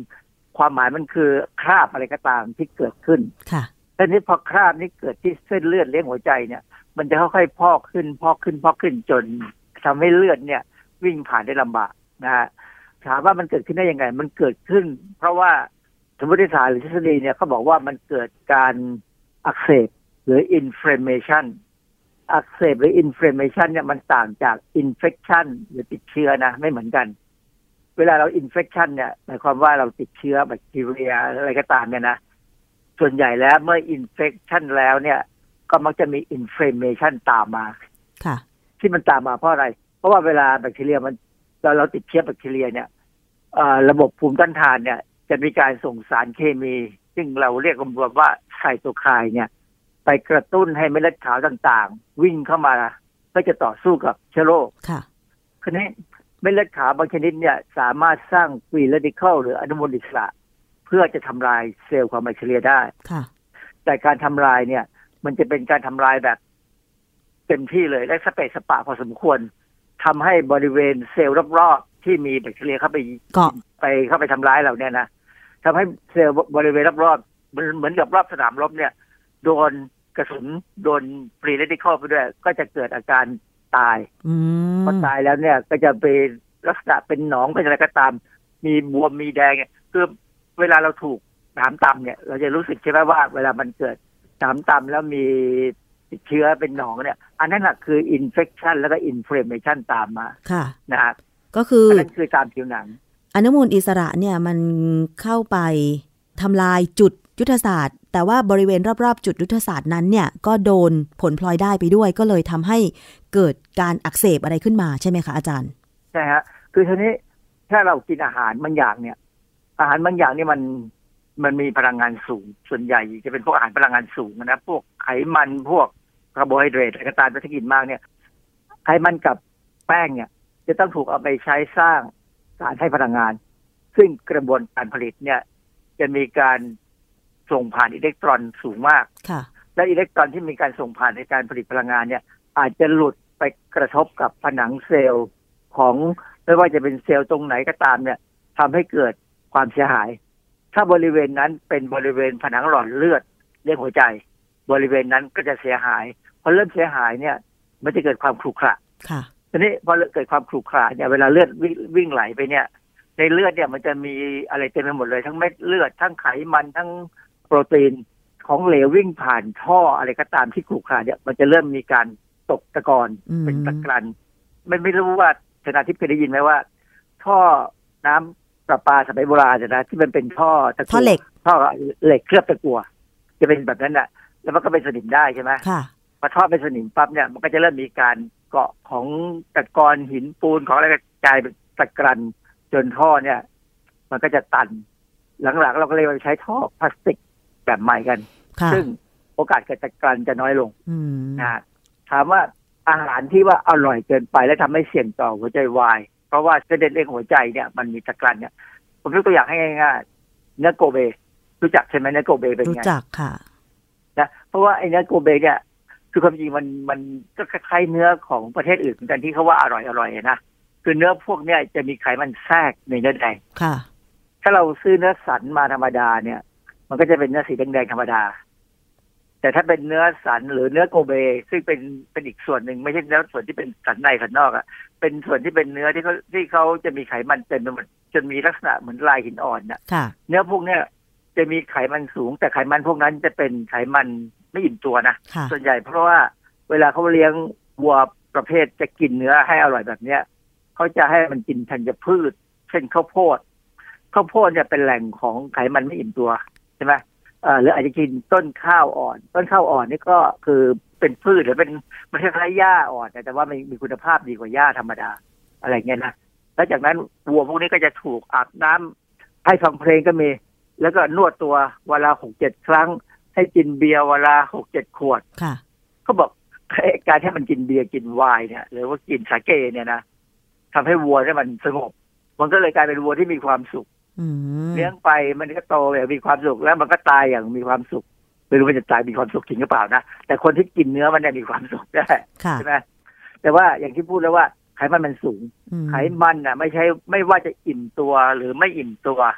ความหมายมันคือคราบอะไรก็ตามที่เกิดขึ้นค่ะแต่นี้พอคราบนี้เกิดที่เส้นเลือดเลี้ยงหัวใจเนี่ยมันจะค่อยๆพอกขึ้นพอกขึ้นพอกขึ้นจนทำให้เลือดเนี่ยวิ่งผ่านได้ลำบากนะฮะถามว่ามันเกิดขึ้นได้ยังไงมันเกิดขึ้นเพราะว่าสมมติฐานหรือทฤษฎีเนี่ยเขาบอกว่ามันเกิดการอักเสบหรือ inflammation อักเสบหรือ inflammation เนี่ยมันต่างจาก infection หรือติดเชื้อนะไม่เหมือนกันเวลาเรา infection เนี่ยหมายความว่าเราติดเชื้อแบคทีเรียอะไรก็ตามเนี่ยนะส่วนใหญ่แล้วเมื่อ infection แล้วเนี่ยก็มักจะมี inflammation ตามมาค่ะที่มันตามมาเพราะอะไรเพราะว่าเวลาแบคทีเรียมันเราเราติดเชื้อแบคทีเรียเนี่ยระบบภูมิต้านทานเนี่ยจะมีการส่งสารเคมีซึ่งเราเรียกรวมๆว่าไซโตไคน์เนี่ยไปกระตุ้นให้เม็ดเลือดขาวต่างๆวิ่งเข้ามาเพื่อจะต่อสู้กับเชื้อโรคค่ะคราวนี้เม็ดเลือดขาวบางชนิดเนี่ยสามารถสร้างฟรีเรดิคัลหรืออนุมูลอิสระเพื่อจะทำลายเซลล์ของแบคทีเรียได้ค่ะแต่การทำลายเนี่ยมันจะเป็นการทำลายแบบเต็มที่เลยและสเปซสปะพอสมควรทำให้บริเวณเซลล์รอบๆที่มีแบคทีเรียเข้าไปเกาะไปเข้าไปทำร้ายเราเนี่ยนะทำให้เซลล์บริเวณรอบๆมันเหมือนกับรอบสนามรบเนี่ยโดนกระสุนโดนฟรีเรดิคอลไปด้วยก็จะเกิดอาการตายพอตายแล้วเนี่ยก็จะเป็นลักษณะเป็นหนองเป็นอะไรก็ตามมีบวมมีแดงเนี่ยคือเวลาเราถูกหนามตำเนี่ยเราจะรู้สึกใช่ไหมว่าเวลามันเกิดหนามตำแล้วมีติดเชื้อเป็นหนองเนี่ยอันนั้นแหละคือ infection แล้วก็ inflammation ตามมาค่ะนะฮะก็คืออันนั้นคือตามผิวหนังอนุมูลอิสระเนี่ยมันเข้าไปทำลายจุดยุทธศาสตร์แต่ว่าบริเวณรอบๆจุดยุทธศาสตร์นั้นเนี่ยก็โดนผลพลอยได้ไปด้วยก็เลยทำให้เกิดการอักเสบอะไรขึ้นมาใช่ไหมคะอาจารย์ใช่ฮะคือทีนี้ถ้าเรากินอาหารบางอย่างเนี่ยอาหารบางอย่างนี่มันมันมีพลังงานสูงส่วนใหญ่จะเป็นพวกอาหารพลังงานสูงนะพวกไขมันพวกคาร์โบไฮเดรตอะไรก็ตามถ้ากินมากเนี่ยไขมันกับแป้งเนี่ยจะต้องถูกเอาไปใช้สร้างสารให้พลังงานซึ่งกระบวนการผลิตเนี่ยจะมีการส่งผ่านอิเล็กตรอนสูงมากและอิเล็กตรอนที่มีการส่งผ่านในการผลิตพลังงานเนี่ยอาจจะหลุดไปกระทบกับผนังเซลล์ของไม่ว่าจะเป็นเซลล์ตรงไหนก็ตามเนี่ยทำให้เกิดความเสียหายถ้าบริเวณนั้นเป็นบริเวณผนังหลอดเลือดเลี้ยงหัวใจบริเวณนั้นก็จะเสียหายพอเริ่มเสียหายเนี่ยมันจะเกิดความขรุขระค่ะทีนี้พอเกิดความขรุขระเนี่ยเวลาเลือดวิ่งไหลไปเนี่ยในเลือดเนี่ยมันจะมีอะไรเต็มไปหมดเลยทั้งเม็ดเลือดทั้งไขมันทั้งโปรตีนของเหลววิ่งผ่านท่ออะไรก็ตามที่ขรุขระเนี่ยมันจะเริ่มมีการตกตะกอนเป็นตะกรันไม่ไม่รู้ว่าชนาทิพย์เคยได้ยินไหมว่าท่อน้ำประปาสมัยโบราณนะที่มันเป็นท่อตะกั่วเหล็กท่อเหล็กเคลือบตะกั่วจะเป็นแบบนั้นแหละแล้วมันก็เป็นสนิมได้ใช่ไหมค่ะพอท่อเป็นสนิมปั๊บเนี่ยมันก็จะเริ่มมีการเกาะของตะกอนหินปูนของอะไรกลายเป็นตะกรันจนท่อเนี่ยมันก็จะตันหลังๆเราก็เลยใช้ท่อพลาสติกแบบใหม่กันซึ่งโอกาสเกิดตะกรันจะน้อยลงนะถามว่าอาหารที่ว่าอร่อยเกินไปและทำให้เสี่ยงต่อหัวใจวายเพราะว่าเส้นเลือดเลี้ยงหัวใจเนี่ยมันมีตะกรันเนี่ยผมยกตัวอย่างให้ง่ายๆเนื้อโกเบรู้จักใช่ไหมเนื้อโกเบเป็นไงรู้จักค่ะนะเพราะว่าไอ้เนื้อโกเบเนี่ยคือความจริงมันมันก็คล้ายๆเนื้อของประเทศอื่นเหมือนกันที่เขาว่าอร่อยอร่อยนะคือเนื้อพวกเนี้ยจะมีไขมันแทรกในเนื้อแดงค่ะถ้าเราซื้อเนื้อสันมาธรรมดาเนี่ยมันก็จะเป็นเนื้อสีแดงๆธรรมดาแต่ถ้าเป็นเนื้อสันหรือเนื้อโกเบซึ่งเป็นเป็นอีกส่วนหนึ่งไม่ใช่เนื้อส่วนที่เป็นสันในสันนอกอ่ะเป็นส่วนที่เป็นเนื้อที่เขาที่เขาจะมีไขมันเต็มไปหมดจนมีลักษณะเหมือนลายหินอ่อนน่ะเนื้อพวกเนี้ยจะมีไขมันสูงแต่ไขมันพวกนั้นจะเป็นไขมันไม่อิ่มตัวนะส่วนใหญ่เพราะว่าเวลาเขาเลี้ยงวัวประเภทจะกินเนื้อให้อร่อยแบบเนี้ยเขาจะให้มันกินธัญพืชเช่นข้าวโพดข้าวโพดเนี่ยเป็นแหล่งของไขมันไม่อิ่มตัวใช่ไหมเอ่อหรืออาจจะกินต้นข้าวอ่อนต้นข้าวอ่อนนี่ก็คือเป็นพืชหรือเป็นมันคล้ายๆหญ้าอ่อนแต่ว่ามันมีคุณภาพดีกว่าหญ้าธรรมดาอะไรเงี้ยนะแล้วจากนั้นวัวพวกนี้ก็จะถูกอาบน้ำให้ฟังเพลงก็มีแล้วก็นวดตัวเวลาหกเจ็ดครั้งให้กินเบียร์เวลาหกเจ็ดขวดค่ะเขาบอกการที่มันกินเบียร์กินไวน์เนี่ยหรือว่ากินสาเกเนี่ยนะทำให้วัวเนี่ยมันสงบมันก็เลยกลายเป็นวัวที่มีความสุขเลี้ยงไปมันก็โตอย่างมีความสุขแล้วมันก็ตายอย่างมีความสุขไม่รู้มันจะตายมีความสุขจริงหรือเปล่านะแต่คนที่กินเนื้อมันเนี่ยมีความสุขได้ใช่ไหมแต่ว่าอย่างที่พูดแล้วว่าไขมันมันสูงไขมันอ่ะไม่ใช่ไม่ว่าจะอิ่มตัวหรือไม่อิ่มตัว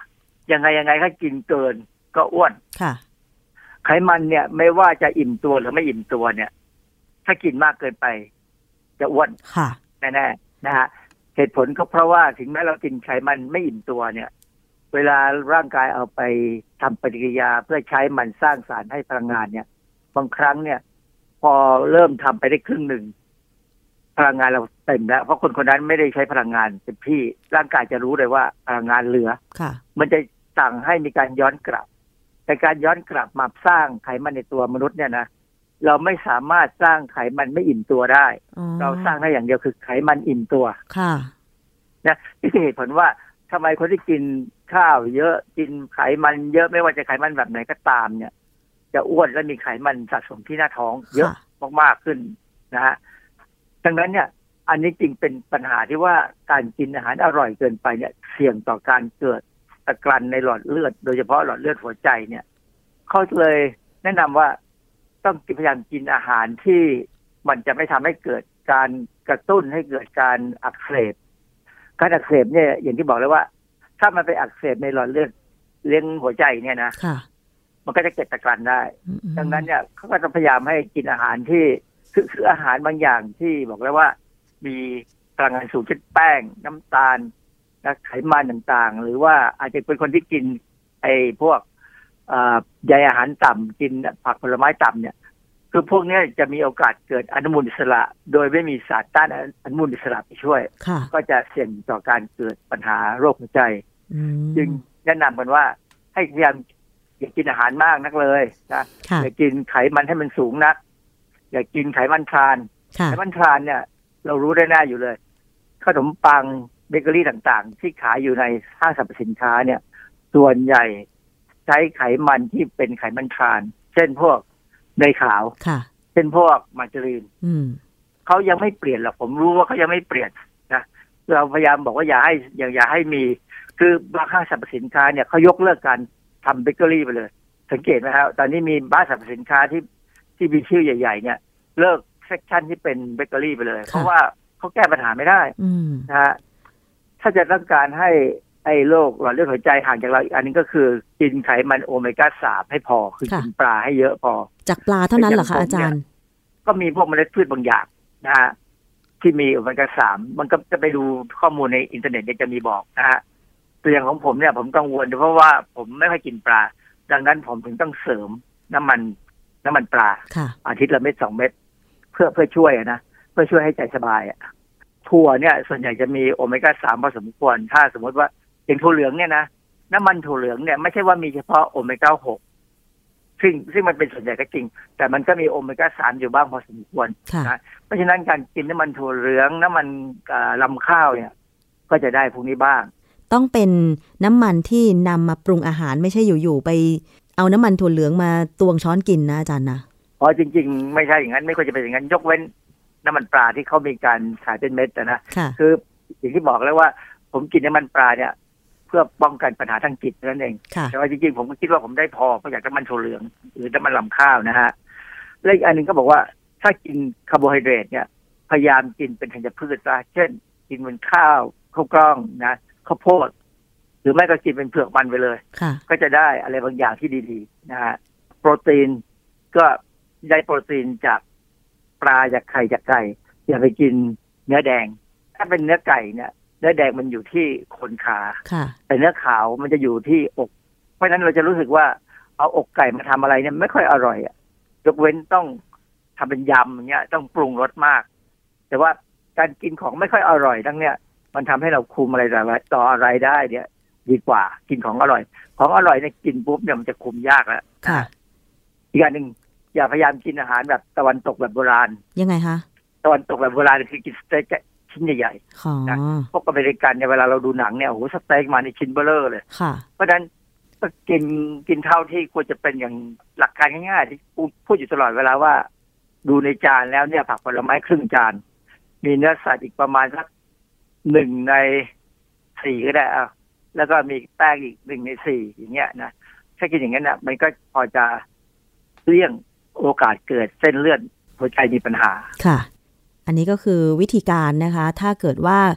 ยังไงยังไงถ้ากินเกินก็อ้วนค่ะไขมันเนี่ยไม่ว่าจะอิ่มตัวหรือไม่อิ่มตัวเนี่ยถ้ากินมากเกินไปจะอ้วนค่ะแน่ๆนะฮะเหตุผลก็เพราะว่าถึงแม้เรากินไขมันไม่อิ่มตัวเนี่ยเวลาร่างกายเอาไปทำปฏิกิริยาเพื่อใช้มันสร้างสารให้พลังงานเนี่ยบางครั้งเนี่ยพอเริ่มทำไปได้ครึ่งหนึ่งพลังงานเราเต็มแล้วเพราะคนคนนั้นไม่ได้ใช้พลังงานเต็มที่ร่างกายจะรู้เลยว่าพลังงานเหลือมันจะสั่งให้มีการย้อนกลับแต่การย้อนกลับมาสร้างไขมันในตัวมนุษย์เนี่ยนะเราไม่สามารถสร้างไขมันไม่อิ่มตัวได้เราสร้างได้อย่างเดียวคือไขมันอิ่มตัวค่ะนะนี่คือเหตุผลว่าทำไมคนที่กินข้าวเยอะกินไขมันเยอะไม่ว่าจะไขมันแบบไหนก็ตามเนี่ยจะอ้วนและมีไขมันสะสมที่หน้าท้องเยอะมากๆขึ้นนะฮะดังนั้นเนี่ยอันนี้จริงเป็นปัญหาที่ว่าการกินอาหารอร่อยเกินไปเนี่ยเสี่ยงต่อการเกิดตะกรันในหลอดเลือดโดยเฉพาะหลอดเลือดหัวใจเนี่ยเขาเลยแนะนำว่าต้องพยายามกินอาหารที่มันจะไม่ทำให้เกิดการกระตุ้นให้เกิดการอักเสบการอักเสบเนี่ยอย่างที่บอกเลยว่าถ้ามันไปอักเสบในหลอดเลือดเลี้ยงหัวใจเนี่ยนะมันก็จะเกิดตะกรันได้ดังนั้นเนี่ยเขาก็จะพยายามให้กินอาหารที่คือคืออาหารบางอย่างที่บอกแล้วว่ามีพลังงานสูงเช่นแป้งน้ำตาลและไขมันต่างๆหรือว่าอาจจะเป็นคนที่กินไอ้พวกใยอาหารต่ำกินผักผลไม้ต่ำเนี่ยคือพวกนี้จะมีโอกาสเกิดอนุมูลอิสระโดยไม่มีสารต้านอนุมูลอิสระไปช่วยก็จะเสี่ยงต่อการเกิดปัญหาโรคหัวใจจึงแนะนำกันว่าให้พยายามอย่ากินอาหารมากนักเลยนะอย่ากินไขมันให้มันสูงนักอย่ากินไขมันทรานไขมันทรานเนี่ยเรารู้ได้แน่อยู่เลยขนมปังเบเกอรี่ต่างๆที่ขายอยู่ในห้างสรรพสินค้าเนี่ยส่วนใหญ่ใช้ไขมันที่เป็นไขมันทรานเช่นพวกเนยขาวเช่นพวกมาการีนเขายังไม่เปลี่ยนหรอกผมรู้ว่าเขายังไม่เปลี่ยนนะเราพยายามบอกว่าอย่าให้อย่าอย่าให้มีคือบางห้างสรรพสินค้าเนี่ยเขายกเลิกการทำเบเกอรี่ไปเลยสังเกตไหมครับตอนนี้มีบ้านสรรพสินค้าที่ที่มีชื่อใหญ่ๆเนี่ยเลิกเซกชันที่เป็นเบเกอรี่ไปเลยเพราะว่าเขาแก้ปัญหาไม่ได้นะฮะถ้าจะต้องการให้ไอ้โรคหลอดเลือดหัวใจห่างจากเราอีกอันนึงก็คือกินไขมันโอเมก้าสามให้พอคือกินปลาให้เยอะพอจากปลาเท่านั้นเหรอคะอาจารย์ก็มีพวกเมล็ดพืชบางอย่างนะฮะที่มีโอเมก้าสามมันก็จะไปดูข้อมูลในอินเทอร์เน็ตเนี่ยจะมีบอกนะฮะตัวอย่างของผมเนี่ยผมกังวลเพราะว่าผมไม่ค่อยกินปลาดังนั้นผมถึงต้องเสริมน้ำมันน้ำมันปลาอาทิตย์ละเม็ดสองเม็ดเพื่อเพื่อช่วยนะเพื่อช่วยให้ใจสบายอ่ะถั่วเนี่ยส่วนใหญ่จะมีโอเมก้าสามพอสมควรถ้าสมมติว่าอย่างถั่วเหลืองเนี่ยนะน้ำมันถั่วเหลืองเนี่ยไม่ใช่ว่ามีเฉพาะโอเมก้าหกซึ่งซึ่งมันเป็นส่วนใหญ่ก็จริงแต่มันก็มีโอเมก้าสามอยู่บ้างพอสมควรนะเพราะฉะนั้นการกินน้ำมันถั่วเหลืองน้ำมันลำข้าวเนี่ยก็จะได้พวกนี้บ้างต้องเป็นน้ำมันที่นำมาปรุงอาหารไม่ใช่อยู่ๆไปเอาน้ำมันถั่วเหลืองมาตวงช้อนกินนะอาจารย์นะอ๋อจริงๆไม่ใช่อย่างนั้นไม่ควรจะเป็นอย่างนั้นยกเว้นน้ำมันปลาที่เขามีการขายเป็นเม็ดนะคืออย่างที่บอกแล้วว่าผมกินน้ำมันปลาเนี่ยเพื่อป้องกันปัญหาทางจิตนั่นเองแต่ว่าจริงๆผมก็คิดว่าผมได้พอเพราะอยากน้ำมันถั่วเหลืองหรือน้ำมันลำข้าวนะฮะและอีกอันหนึ่งก็บอกว่าถ้ากินคาร์โบไฮเดรตเนี่ยพยายามกินเป็นธัญพืชซะเช่นกินบนข้าวข้าวกล้องนะข้าวโพดหรือไม่ก็กินเป็นเผือกมันไปเลยก็จะได้อะไรบางอย่างที่ดีๆนะฮะโปรตีนก็ได้โปรตีนจากปลาจากไข่จากไก่อย่าไปกินเนื้อแดงถ้าเป็นเนื้อไก่เนี่ยเนื้อแดงมันอยู่ที่ขนขาแต่เนื้อขาวมันจะอยู่ที่อกเพราะฉะนั้นเราจะรู้สึกว่าเอาอกไก่มาทำอะไรเนี่ยไม่ค่อยอร่อยอ่ะยกเว้นต้องทำเป็นยำอย่างเงี้ยต้องปรุงรสมากแต่ว่าการกินของไม่ค่อยอร่อยทั้งเนี้ยมันทำให้เราคุมอะไรต่ออะไรได้เนี่ยดีกว่ากินของอร่อยของอร่อยเนี่ยกินปุ๊บเนี่ยมันจะคุมยากแล้วอีกอย่างหนึ่งอย่าพยายามกินอาหารแบบตะวันตกแบบโบราณยังไงคะตะวันตกแบบโบราณคือกินสเต็กชิ้นใหญ่ๆนะพวกอเมริกันเนี่ยเวลาเราดูหนังเนี่ยโอ้โหสเต็กมาในชิ้นเบลอเลยเพราะฉะนั้นก็กินกินเท่าที่ควรจะเป็นอย่างหลักการง่ายๆที่พูดอยู่ตลอดเวลาว่าดูในจานแล้วเนี่ยผักผลไม้ครึ่งจานมีเนื้อสัตว์อีกประมาณสักหนึ่งในสี่ก็ได้อ่ะแล้วก็มีแป้งอีกหนึ่งในสี่อย่างเงี้ยนะถ้ากินอย่างนั้นอ่ะมันก็พอจะเลี่ยงโอกาสเกิดเส้นเลือดหัวใจมีปัญหาค่ะอันนี้ก็คือวิธีการนะคะถ้าเกิดว่า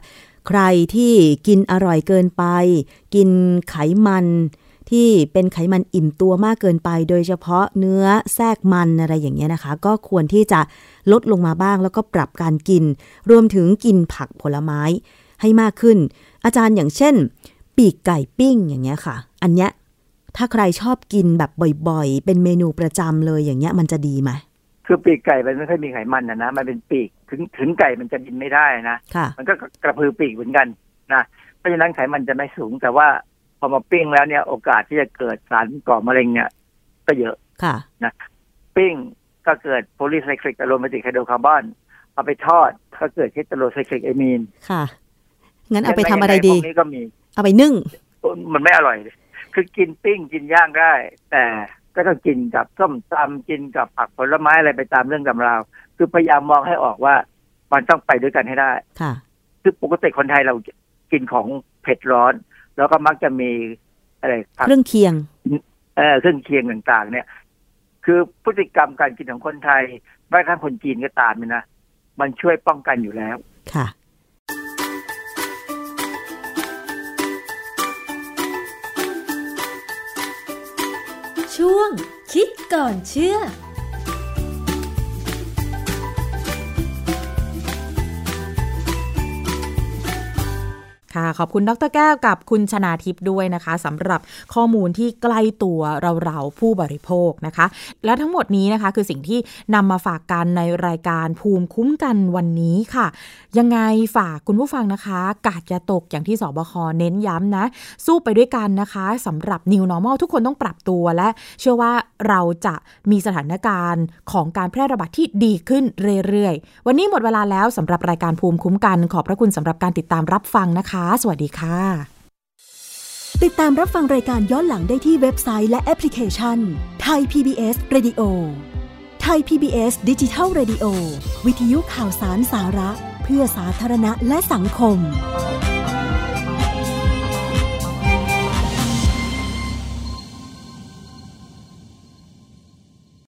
ใครที่กินอร่อยเกินไปกินไขมันที่เป็นไขมันอิ่มตัวมากเกินไปโดยเฉพาะเนื้อแทรกมันอะไรอย่างเงี้ยนะคะก็ควรที่จะลดลงมาบ้างแล้วก็ปรับการกินรวมถึงกินผักผลไม้ให้มากขึ้นอาจารย์อย่างเช่นปีกไก่ปิ้งอย่างเงี้ยค่ะอันเนี้ยถ้าใครชอบกินแบบบ่อยๆเป็นเมนูประจำเลยอย่างเงี้ยมันจะดีไหมคือปีกไก่มันไม่ค่อยมีไขมันนะนะมันเป็นปีกถึงถึงไก่มันจะบินไม่ได้นะมันก็กระพือปีกเหมือนกันนะเพราะฉะนั้นไขมันจะไม่สูงแต่ว่าพอมาปิ้งแล้วเนี่ยโอกาสที่จะเกิดสารก่อมะเร็งเนี่ยก็เยอะนะปิ้งก็เกิดโพลีไซคลิกอะโรมาติกไฮโดรคาร์บอนเอาไปทอดก็เกิดเฮตโรไซคลิกไอมีนค่ะงั้นเอาไปทำอะไรดีนี่ก็มีเอาไปนึ่งมันไม่อร่อยคือกินปิ้งกินย่างได้แต่ก็ต้องกินกับส้มตำกินกับผักผลไม้อะไรไปตามเรื่องตำราวคือพยายามมองให้ออกว่ามันต้องไปด้วยกันให้ได้ค่ะคือปกติคนไทยเรากินของเผ็ดร้อนแล้วก็มักจะมีอะไรเครื่องเคียงเออเครื่องเคียงต่างๆเนี่ยคือพฤติกรรมการกินของคนไทยแม้กระทั่งคนจีนก็ตามเนี่ยนะมันช่วยป้องกันอยู่แล้วค่ะช่วงคิดก่อนเชื่อค่ะขอบคุณดร.แก้วกับคุณชนาทิพย์ด้วยนะคะสำหรับข้อมูลที่ใกล้ตัวเราๆผู้บริโภคนะคะและทั้งหมดนี้นะคะคือสิ่งที่นำมาฝากกันในรายการภูมิคุ้มกันวันนี้ค่ะยังไงฝากคุณผู้ฟังนะคะกาดอย่าตกอย่างที่สบคเน้นย้ำนะสู้ไปด้วยกันนะคะสำหรับ New Normal ทุกคนต้องปรับตัวและเชื่อว่าเราจะมีสถานการณ์ของการแพร่ระบาดที่ดีขึ้นเรื่อยๆวันนี้หมดเวลาแล้วสำหรับรายการภูมิคุ้มกันขอบพระคุณสำหรับการติดตามรับฟังนะคะสวัสดีค่ะติดตามรับฟังรายการย้อนหลังได้ที่เว็บไซต์และแอปพลิเคชัน Thai พี บี เอส Radio Thai พี บี เอส Digital Radio วิทยุข่าวสารสาระเพื่อสาธารณะและสังคม